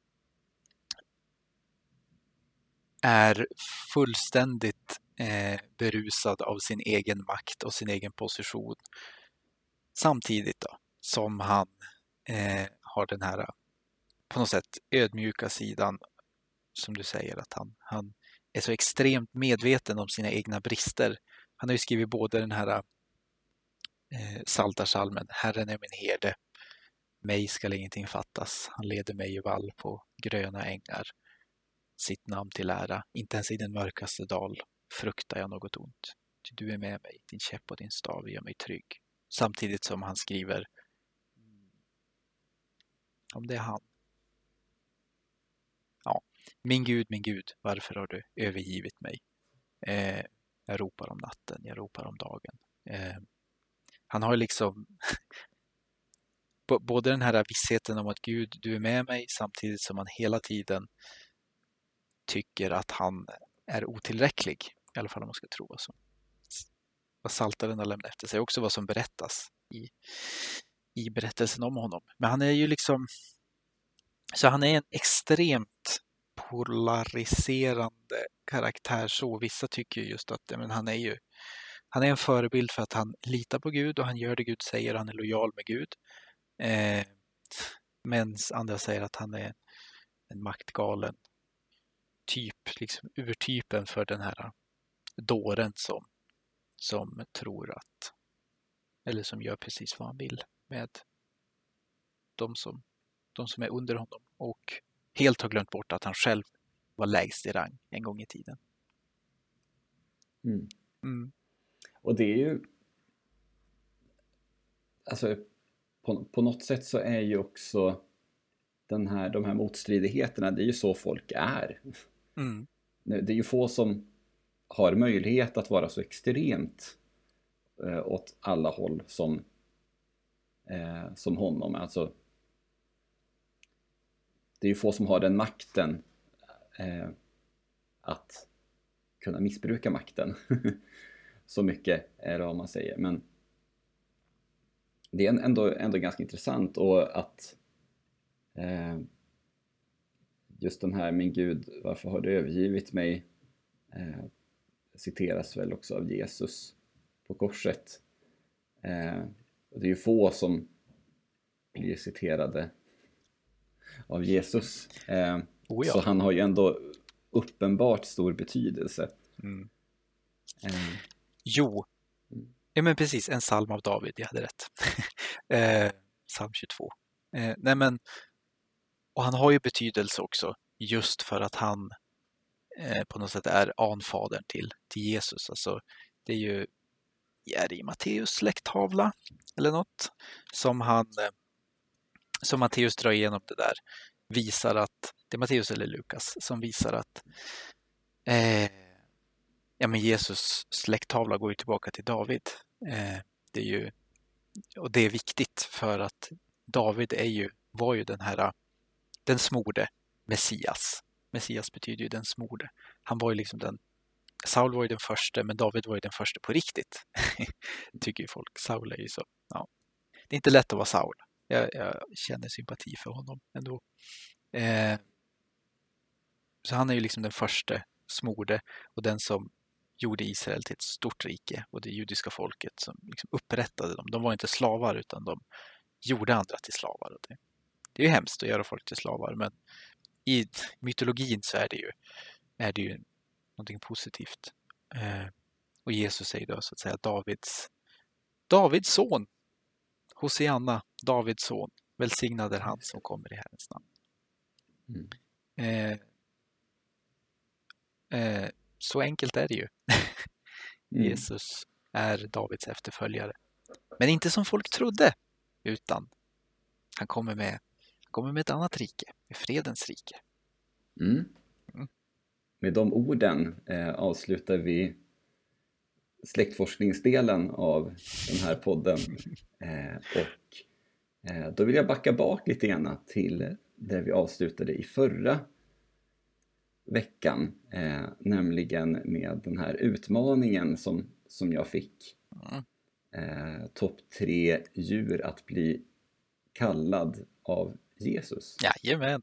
Speaker 2: är fullständigt eh, berusad av sin egen makt och sin egen position. Samtidigt då, som han eh, har den här på något sätt ödmjuka sidan, som du säger, att han, han är så extremt medveten om sina egna brister. Han har ju skrivit både den här eh, Psaltarpsalmen, Herren är min herde, mig skall ingenting fattas, han leder mig i vall på gröna ängar, sitt namn till ära, inte ens i den mörkaste dal fruktar jag något ont. Ty du är med mig, din käpp och din stav gör mig trygg. Samtidigt som han skriver om det är han. Ja, min Gud, min Gud, varför har du övergivit mig? Eh, jag ropar om natten, jag ropar om dagen. Eh, han har liksom både den här vissheten om att Gud, du är med mig, samtidigt som han hela tiden tycker att han är otillräcklig, i alla fall om man ska tro vad som vad Psaltaren har lämnat efter sig, också vad som berättas i, i berättelsen om honom. Men han är ju liksom så han är en extremt polariserande karaktär, så vissa tycker just att men han är ju han är en förebild för att han litar på Gud och han gör det Gud säger, han är lojal med Gud. Eh, men andra säger att han är en maktgalen typ, liksom urtypen för den här dåren som, som tror att, eller som gör precis vad han vill med de som, de som är under honom och helt har glömt bort att han själv var lägst i rang en gång i tiden.
Speaker 1: Mm.
Speaker 2: Mm.
Speaker 1: Och det är ju alltså på, på något sätt så är ju också den här, de här motstridigheterna, det är ju så folk är.
Speaker 2: Mm.
Speaker 1: Det är ju få som har möjlighet att vara så extremt eh, åt alla håll som, eh, som honom. Alltså, det är ju få som har den makten eh, att kunna missbruka makten. Så mycket är det vad man säger. Men det är ändå, ändå ganska intressant och att eh, just den här, min Gud, varför har du övergivit mig? Eh, citeras väl också av Jesus på korset. Eh, och det är ju få som blir citerade av Jesus. Eh,
Speaker 2: oh ja.
Speaker 1: Så han har ju ändå uppenbart stor betydelse.
Speaker 2: Mm.
Speaker 1: Eh,
Speaker 2: Jo, ja, men precis, en psalm av David, jag hade rätt. eh, psalm tjugotvå. Eh, nej men, och han har ju betydelse också just för att han eh, på något sätt är anfadern till, till Jesus. Alltså, det är ju är det i Matteus släkttavla eller något som han eh, som Matteus drar igenom det där, visar att det är Matteus eller Lukas som visar att eh, ja, men Jesus släkttavla går ju tillbaka till David. Eh, det är ju, och det är viktigt för att David är ju, var ju den här den smorde Messias. Messias betyder ju den smorde. Han var ju liksom den, Saul var ju den första, men David var ju den första på riktigt. Tycker ju folk. Saul är ju så, ja. Det är inte lätt att vara Saul. Jag, jag känner sympati för honom ändå. Eh, så han är ju liksom den första smorde och den som gjorde Israel till ett stort rike och det judiska folket som liksom upprättade dem. De var inte slavar utan de gjorde andra till slavar. Och det, det är ju hemskt att göra folk till slavar, men i mytologin så är det ju, är det ju någonting positivt. Eh, och Jesus är ju då så att säga Davids, Davids son. Hosianna, Davids son. Välsignad är han som kommer i Herrens namn.
Speaker 1: Mm.
Speaker 2: Eh, eh, så enkelt är det ju.
Speaker 1: Mm.
Speaker 2: Jesus är Davids efterföljare. Men inte som folk trodde, utan han kommer med, han kommer med ett annat rike, med fredens rike.
Speaker 1: Mm.
Speaker 2: Mm.
Speaker 1: med de orden eh, avslutar vi släktforskningsdelen av den här podden. Eh, och eh, då vill jag backa bak lite grann till där vi avslutade i förra veckan. Eh, nämligen med den här utmaningen som, som jag fick. Eh, topp tre djur att bli kallad av Jesus.
Speaker 2: Jajamän.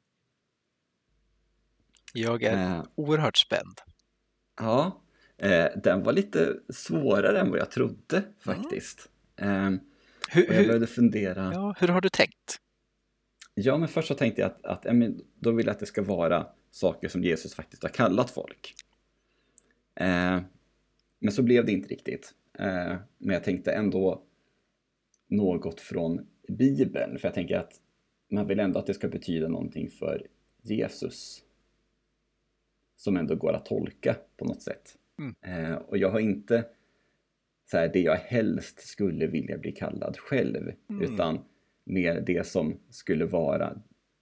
Speaker 2: Jag är
Speaker 1: Eh,
Speaker 2: oerhört spänd.
Speaker 1: Ja, eh, den var lite svårare än vad jag trodde faktiskt. Mm. Eh,
Speaker 2: hur,
Speaker 1: och jag började fundera.
Speaker 2: Ja, hur har du tänkt?
Speaker 1: Ja, men först så tänkte jag att, att ja, men då vill jag att det ska vara saker som Jesus faktiskt har kallat folk. Eh, men så blev det inte riktigt. Eh, men jag tänkte ändå något från Bibeln. För jag tänker att man vill ändå att det ska betyda någonting för Jesus. Som ändå går att tolka på något sätt. Mm. Eh, och jag har inte så här, det jag helst skulle vilja bli kallad själv. Mm. Utan mer det som skulle vara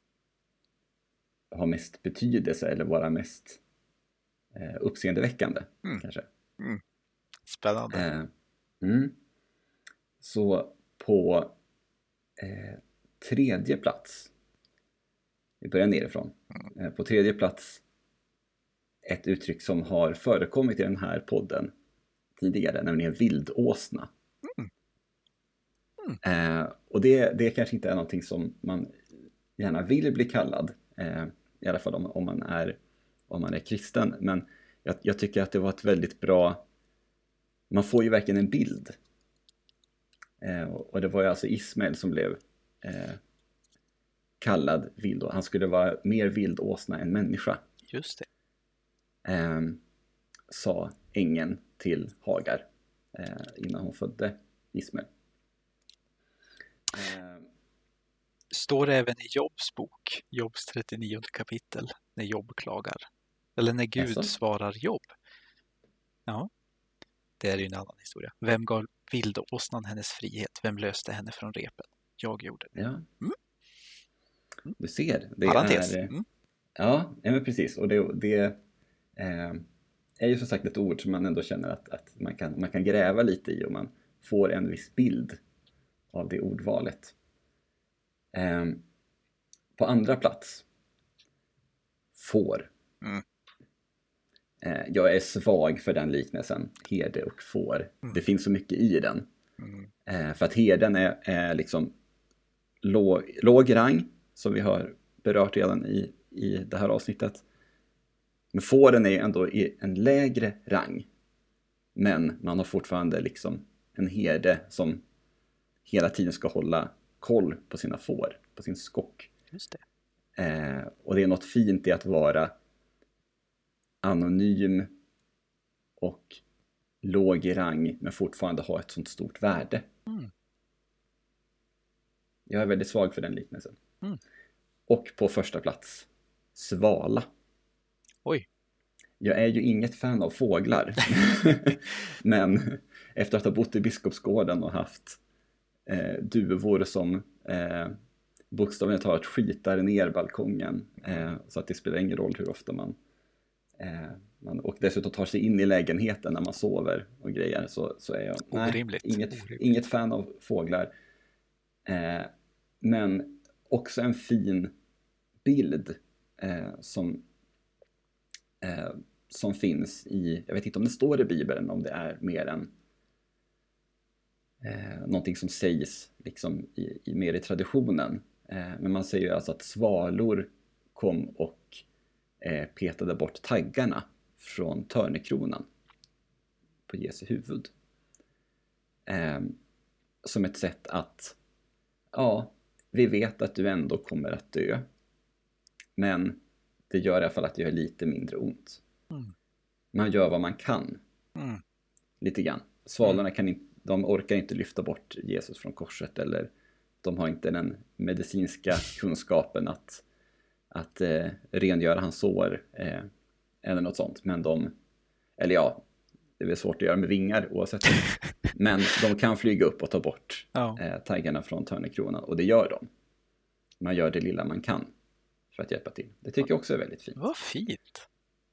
Speaker 1: ha mest betydelse eller vara mest eh, uppseendeväckande. Mm. Kanske.
Speaker 2: Mm. Spännande.
Speaker 1: Eh, mm. Så på eh, tredje plats. Vi börjar nerifrån. Mm. Eh, på tredje plats ett uttryck som har förekommit i den här podden tidigare, nämligen vildåsna. Mm. Mm. Eh, och det, det kanske inte är någonting som man gärna vill bli kallad, eh, i alla fall om, om, man är, om man är kristen. Men jag, jag tycker att det var ett väldigt bra, man får ju verkligen en bild. Eh, och, och det var ju alltså Ismael som blev eh, kallad vildåsna. Han skulle vara mer vildåsna än människa.
Speaker 2: Just det.
Speaker 1: Eh, sa ängeln till Hagar eh, innan hon födde Ismael.
Speaker 2: Eh, Står det även i Jobs bok, Jobs trettionionde kapitel, när Job klagar. Eller när Gud
Speaker 1: Jaså?
Speaker 2: svarar Job. Ja, det är ju en annan historia. Vem gav vildåsnan hennes frihet? Vem löste henne från repen? Jag gjorde det.
Speaker 1: Ja.
Speaker 2: Mm.
Speaker 1: Du ser. Det
Speaker 2: Parentes.
Speaker 1: är,
Speaker 2: mm.
Speaker 1: Ja, men precis. Och det, det eh, är ju som sagt ett ord som man ändå känner att, att man, kan, man kan gräva lite i och man får en viss bild av det ordvalet. Eh, på andra plats. Får.
Speaker 2: Mm.
Speaker 1: Eh, jag är svag för den liknelsen. Herde och får. Mm. Det finns så mycket i den. Mm. Eh, för att herden är, är liksom låg, låg rang, som vi har berört redan i, i det här avsnittet. Men fåren är ändå i en lägre rang. Men man har fortfarande liksom en herde som hela tiden ska hålla koll på sina får, på sin skock.
Speaker 2: Just det.
Speaker 1: Eh, och det är något fint i att vara anonym och låg i rang, men fortfarande ha ett sånt stort värde. Mm. Jag är väldigt svag för den liknelsen. Mm. Och på första plats, svala.
Speaker 2: Oj.
Speaker 1: Jag är ju inget fan av fåglar. Men efter att ha bott i Biskopsgården och haft eh, duvor som eh, bokstavligen talat skitar ner balkongen. Eh, så att det spelar ingen roll hur ofta man, eh, man... Och dessutom tar sig in i lägenheten när man sover och grejer. Så, så är jag nej, inget, inget fan av fåglar. Eh, men också en fin bild eh, som... Eh, som finns i, jag vet inte om det står i Bibeln, om det är mer än eh, någonting som sägs liksom i, i mer i traditionen. Eh, men man säger ju alltså att svalor kom och eh, petade bort taggarna från törnekronan på Jesu huvud. Eh, som ett sätt att, ja, vi vet att du ändå kommer att dö. Men det gör i alla fall att det gör lite mindre ont. Mm. Man gör vad man kan. Mm. Lite grann. Svalorna kan inte, de orkar inte lyfta bort Jesus från korset. Eller de har inte den medicinska kunskapen att, att eh, rengöra hans sår. Eh, eller något sånt. Men de, eller ja, det är väl svårt att göra med vingar oavsett. Men de kan flyga upp och ta bort ja. eh, taggarna från törnekronan. Och det gör de. Man gör det lilla man kan för att hjälpa till. Det tycker jag också är väldigt fint.
Speaker 2: Vad fint.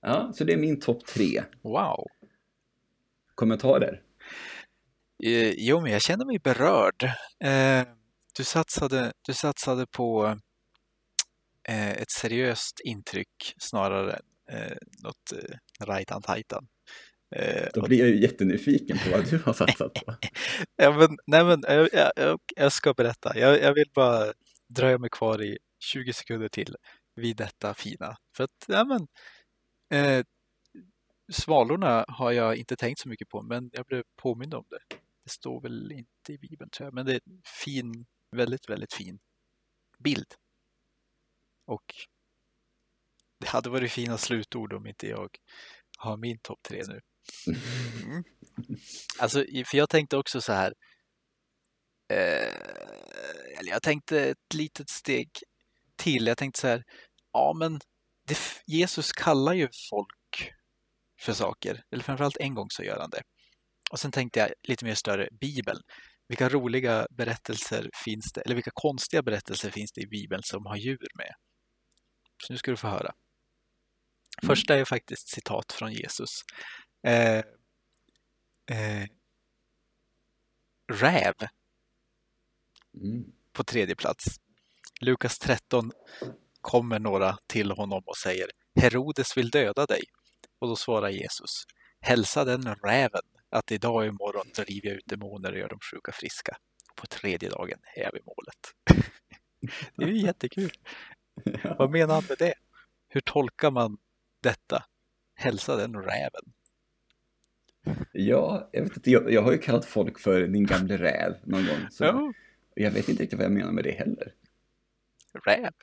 Speaker 1: Ja, så det är min topp tre.
Speaker 2: Wow.
Speaker 1: Kommentarer?
Speaker 2: Eh, jo, men jag känner mig berörd. Eh, du, satsade, du satsade på eh, ett seriöst intryck snarare än eh, något eh, rajtan-tajtan. Eh,
Speaker 1: Då
Speaker 2: och-
Speaker 1: blir jag ju jättenyfiken på vad du har satsat på.
Speaker 2: ja, men, nej, men jag, jag- jag, jag ska berätta. Jag, jag vill bara dröja mig kvar i tjugo sekunder till vid detta fina. För att, ja, men, eh, svalorna har jag inte tänkt så mycket på, men jag blev påmind om det. Det står väl inte i Bibeln, tror jag, men det är en fin, väldigt, väldigt fin bild. Och det hade varit fina slutord om inte jag har min topp tre nu. Mm. Alltså, för jag tänkte också så här. Eh, eller jag tänkte ett litet steg till. Jag tänkte så här. Ja, men det, Jesus kallar ju folk för saker. Eller framförallt en gång så gör han det. Och sen tänkte jag lite mer större, Bibeln. Vilka roliga berättelser finns det? Eller vilka konstiga berättelser finns det i Bibeln som har djur med? Så nu ska du få höra. Första är faktiskt citat från Jesus. Eh, eh, räv
Speaker 1: Mm.
Speaker 2: på tredje plats. Lukas tretton kommer några till honom och säger: Herodes vill döda dig. Och då svarar Jesus: hälsa den räven att idag och imorgon driver jag ut demoner och gör de sjuka friska. På tredje dagen är jag vid målet. Det är ju jättekul.
Speaker 1: Ja.
Speaker 2: Vad menar han med det? Hur tolkar man detta? Hälsa den räven.
Speaker 1: Ja, jag vet inte, jag, jag har ju kallat folk för din gamla räv någon gång. Så
Speaker 2: Ja,
Speaker 1: jag vet inte riktigt vad jag menar med det heller.
Speaker 2: räv.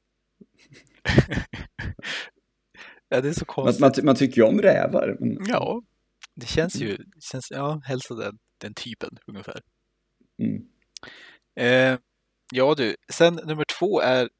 Speaker 2: Ja, det är så
Speaker 1: Man,
Speaker 2: konstigt.
Speaker 1: man, ty- man tycker ju om rävar. Men...
Speaker 2: Ja, det känns ju, det känns, ja, hälsa den, den typen ungefär.
Speaker 1: Mm.
Speaker 2: Eh, ja du, sen nummer två är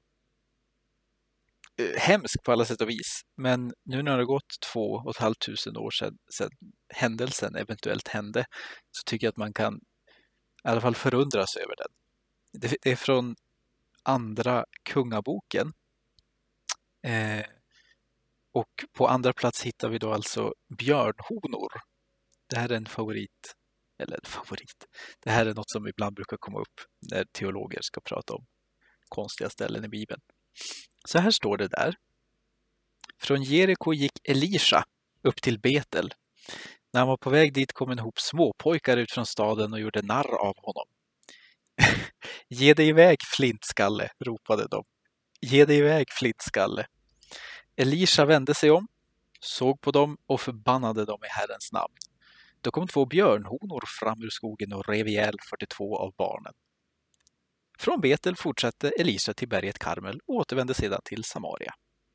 Speaker 2: eh, hemsk på alla sätt och vis. Men nu när det har gått två och ett halvt tusen år sedan, sedan händelsen eventuellt hände, så tycker jag att man kan i alla fall förundras över den. Det, det är från andra kungaboken. Eh, och på andra plats hittar vi då alltså björnhonor. Det här är en favorit, eller en favorit. Det här är något som ibland brukar komma upp när teologer ska prata om konstiga ställen i Bibeln. Så här står det där. Från Jeriko gick Elisha upp till Betel. När han var på väg dit kom en hop småpojkar ut från staden och gjorde narr av honom. Ge dig iväg, flintskalle, ropade de. Ge dig iväg, flintskalle. Elisha vände sig om, såg på dem och förbannade dem i Herrens namn. Då kom två björnhonor fram ur skogen och rev ihjäl fyrtiotvå av barnen. Från Betel fortsatte Elisha till berget Karmel och återvände sedan till Samaria.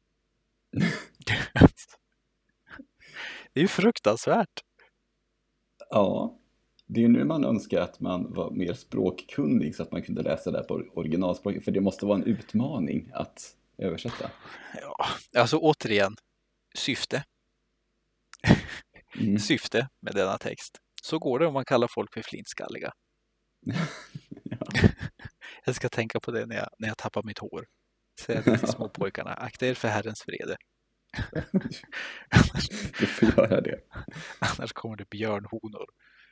Speaker 2: Det är ju fruktansvärt.
Speaker 1: Ja, det är ju nu man önskar att man var mer språkkunnig så att man kunde läsa det här på originalspråket. För det måste vara en utmaning att översätta.
Speaker 2: Ja, alltså återigen, syfte.
Speaker 1: Mm.
Speaker 2: Syfte med denna text. Så går det om man kallar folk för flintskalliga.
Speaker 1: Ja.
Speaker 2: Jag ska tänka på det när jag, när jag tappar mitt hår. Säga det till små pojkarna. Akta er för Herrens vrede.
Speaker 1: Du får göra det.
Speaker 2: Annars kommer det björnhonor.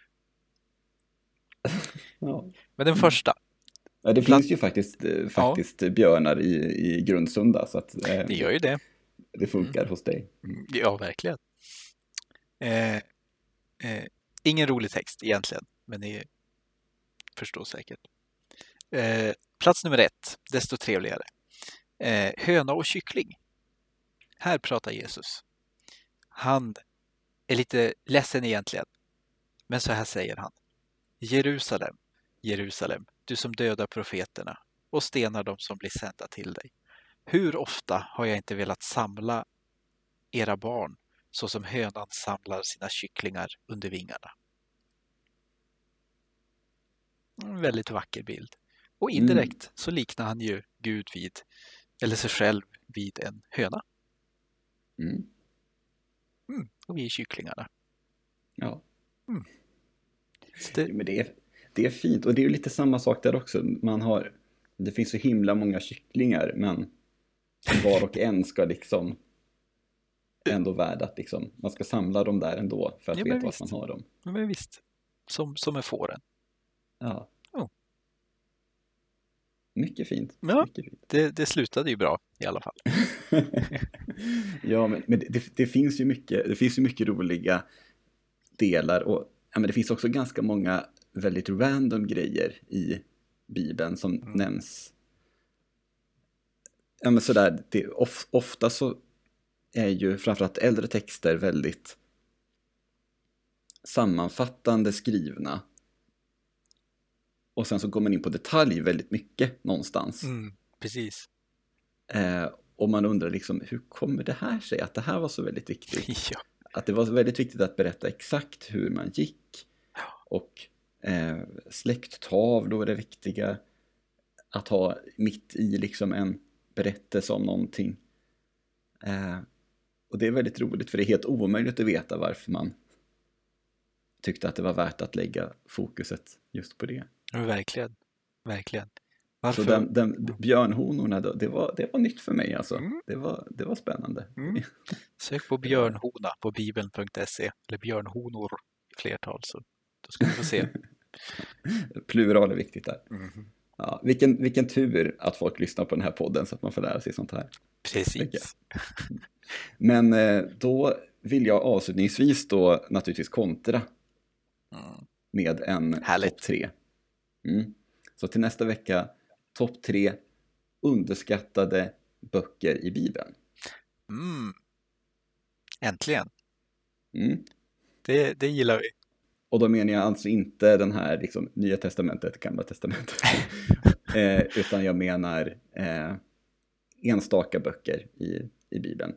Speaker 1: Ja.
Speaker 2: Men den första.
Speaker 1: Ja, det
Speaker 2: Pla-
Speaker 1: finns ju faktiskt, eh, faktiskt björnar i, i Grundsunda så att eh,
Speaker 2: Det gör ju det.
Speaker 1: det funkar hos dig.
Speaker 2: Mm, ja, verkligen. Eh, eh, ingen rolig text egentligen, men ni förstår säkert. Eh, plats nummer ett, desto trevligare. Eh, höna och kyckling. Här pratar Jesus. Han är lite ledsen egentligen, men så här säger han. Jerusalem, Jerusalem, du som dödar profeterna och stenar dem som blir sända till dig. Hur ofta har jag inte velat samla era barn så som hönan samlar sina kycklingar under vingarna. En väldigt vacker bild. Och indirekt mm. så liknar han ju Gud vid, eller sig själv vid en höna.
Speaker 1: Mm.
Speaker 2: Mm. Och vi är kycklingarna.
Speaker 1: Ja.
Speaker 2: Mm.
Speaker 1: Det... Men det är, det är fint. Och det är ju lite samma sak där också. Man har, det finns så himla många kycklingar, men var och en ska liksom ändå värda att liksom, man ska samla dem där ändå för att
Speaker 2: Ja, men
Speaker 1: veta
Speaker 2: visst.
Speaker 1: vart man har dem.
Speaker 2: Ja, men visst. Som, som är fåren.
Speaker 1: Ja.
Speaker 2: Oh.
Speaker 1: Mycket fint.
Speaker 2: Ja,
Speaker 1: Mycket fint.
Speaker 2: Det, det slutade ju bra i alla fall.
Speaker 1: Ja, men, men det, det finns ju mycket, det finns ju mycket roliga delar och ja, men det finns också ganska många väldigt random grejer i Bibeln som
Speaker 2: Mm.
Speaker 1: nämns. Ja, men sådär, det, of, ofta så är ju framförallt äldre texter väldigt sammanfattande skrivna. Och sen så går man in på detalj väldigt mycket någonstans.
Speaker 2: Mm, precis.
Speaker 1: Eh, och man undrar liksom, hur kommer det här sig? Att det här var så väldigt viktigt.
Speaker 2: Ja.
Speaker 1: Att det var väldigt viktigt att berätta exakt hur man gick. Och eh, släkttavlor är viktiga. Att ha mitt i liksom en berättelse om någonting. Eh, och det är väldigt roligt för det är helt omöjligt att veta varför man tyckte att det var värt att lägga fokuset just på det.
Speaker 2: Ja, verkligen. Verkligen. Varför?
Speaker 1: Så den, den björnhonorna, då, det, var, det var nytt för mig alltså.
Speaker 2: Mm.
Speaker 1: Det, var, det var spännande.
Speaker 2: Mm. Sök på björnhona på bibeln punkt se eller björnhonor i flertal så då ska du få se.
Speaker 1: Plural är viktigt där.
Speaker 2: Mm.
Speaker 1: Ja, vilken, vilken tur att folk lyssnar på den här podden så att man får lära sig sånt här.
Speaker 2: Precis.
Speaker 1: Men eh, då vill jag avslutningsvis då naturligtvis kontra
Speaker 2: Mm.
Speaker 1: med en
Speaker 2: Härligt.
Speaker 1: topp tre. Mm. Så till nästa vecka, topp tre underskattade böcker i Bibeln.
Speaker 2: Mm. Äntligen.
Speaker 1: Mm.
Speaker 2: Det, det gillar vi.
Speaker 1: Och då menar jag alltså inte den här liksom, Nya Testamentet, Gamla Testamentet. eh, utan jag menar eh, enstaka böcker i, i Bibeln.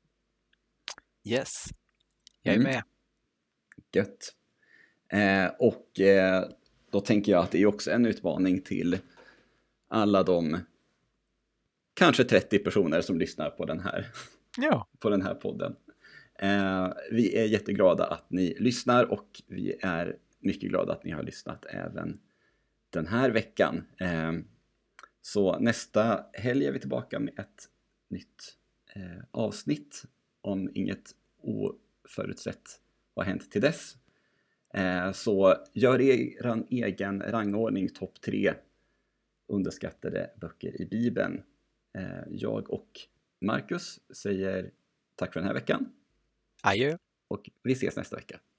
Speaker 2: Yes. Jag är
Speaker 1: Mm.
Speaker 2: med.
Speaker 1: Gött. Eh, och eh, då tänker jag att det är också en utmaning till alla de kanske trettio personer som lyssnar på den här,
Speaker 2: Ja.
Speaker 1: på den här podden. Eh, vi är jätteglada att ni lyssnar och vi är mycket glada att ni har lyssnat även den här veckan. Eh, så nästa helg är vi tillbaka med ett nytt eh, avsnitt om inget oförutsett har hänt till dess. Eh, så gör er egen rangordning topp tre underskattade böcker i Bibeln. Eh, jag och Marcus säger tack för den här veckan.
Speaker 2: Adjö.
Speaker 1: Och vi ses nästa vecka.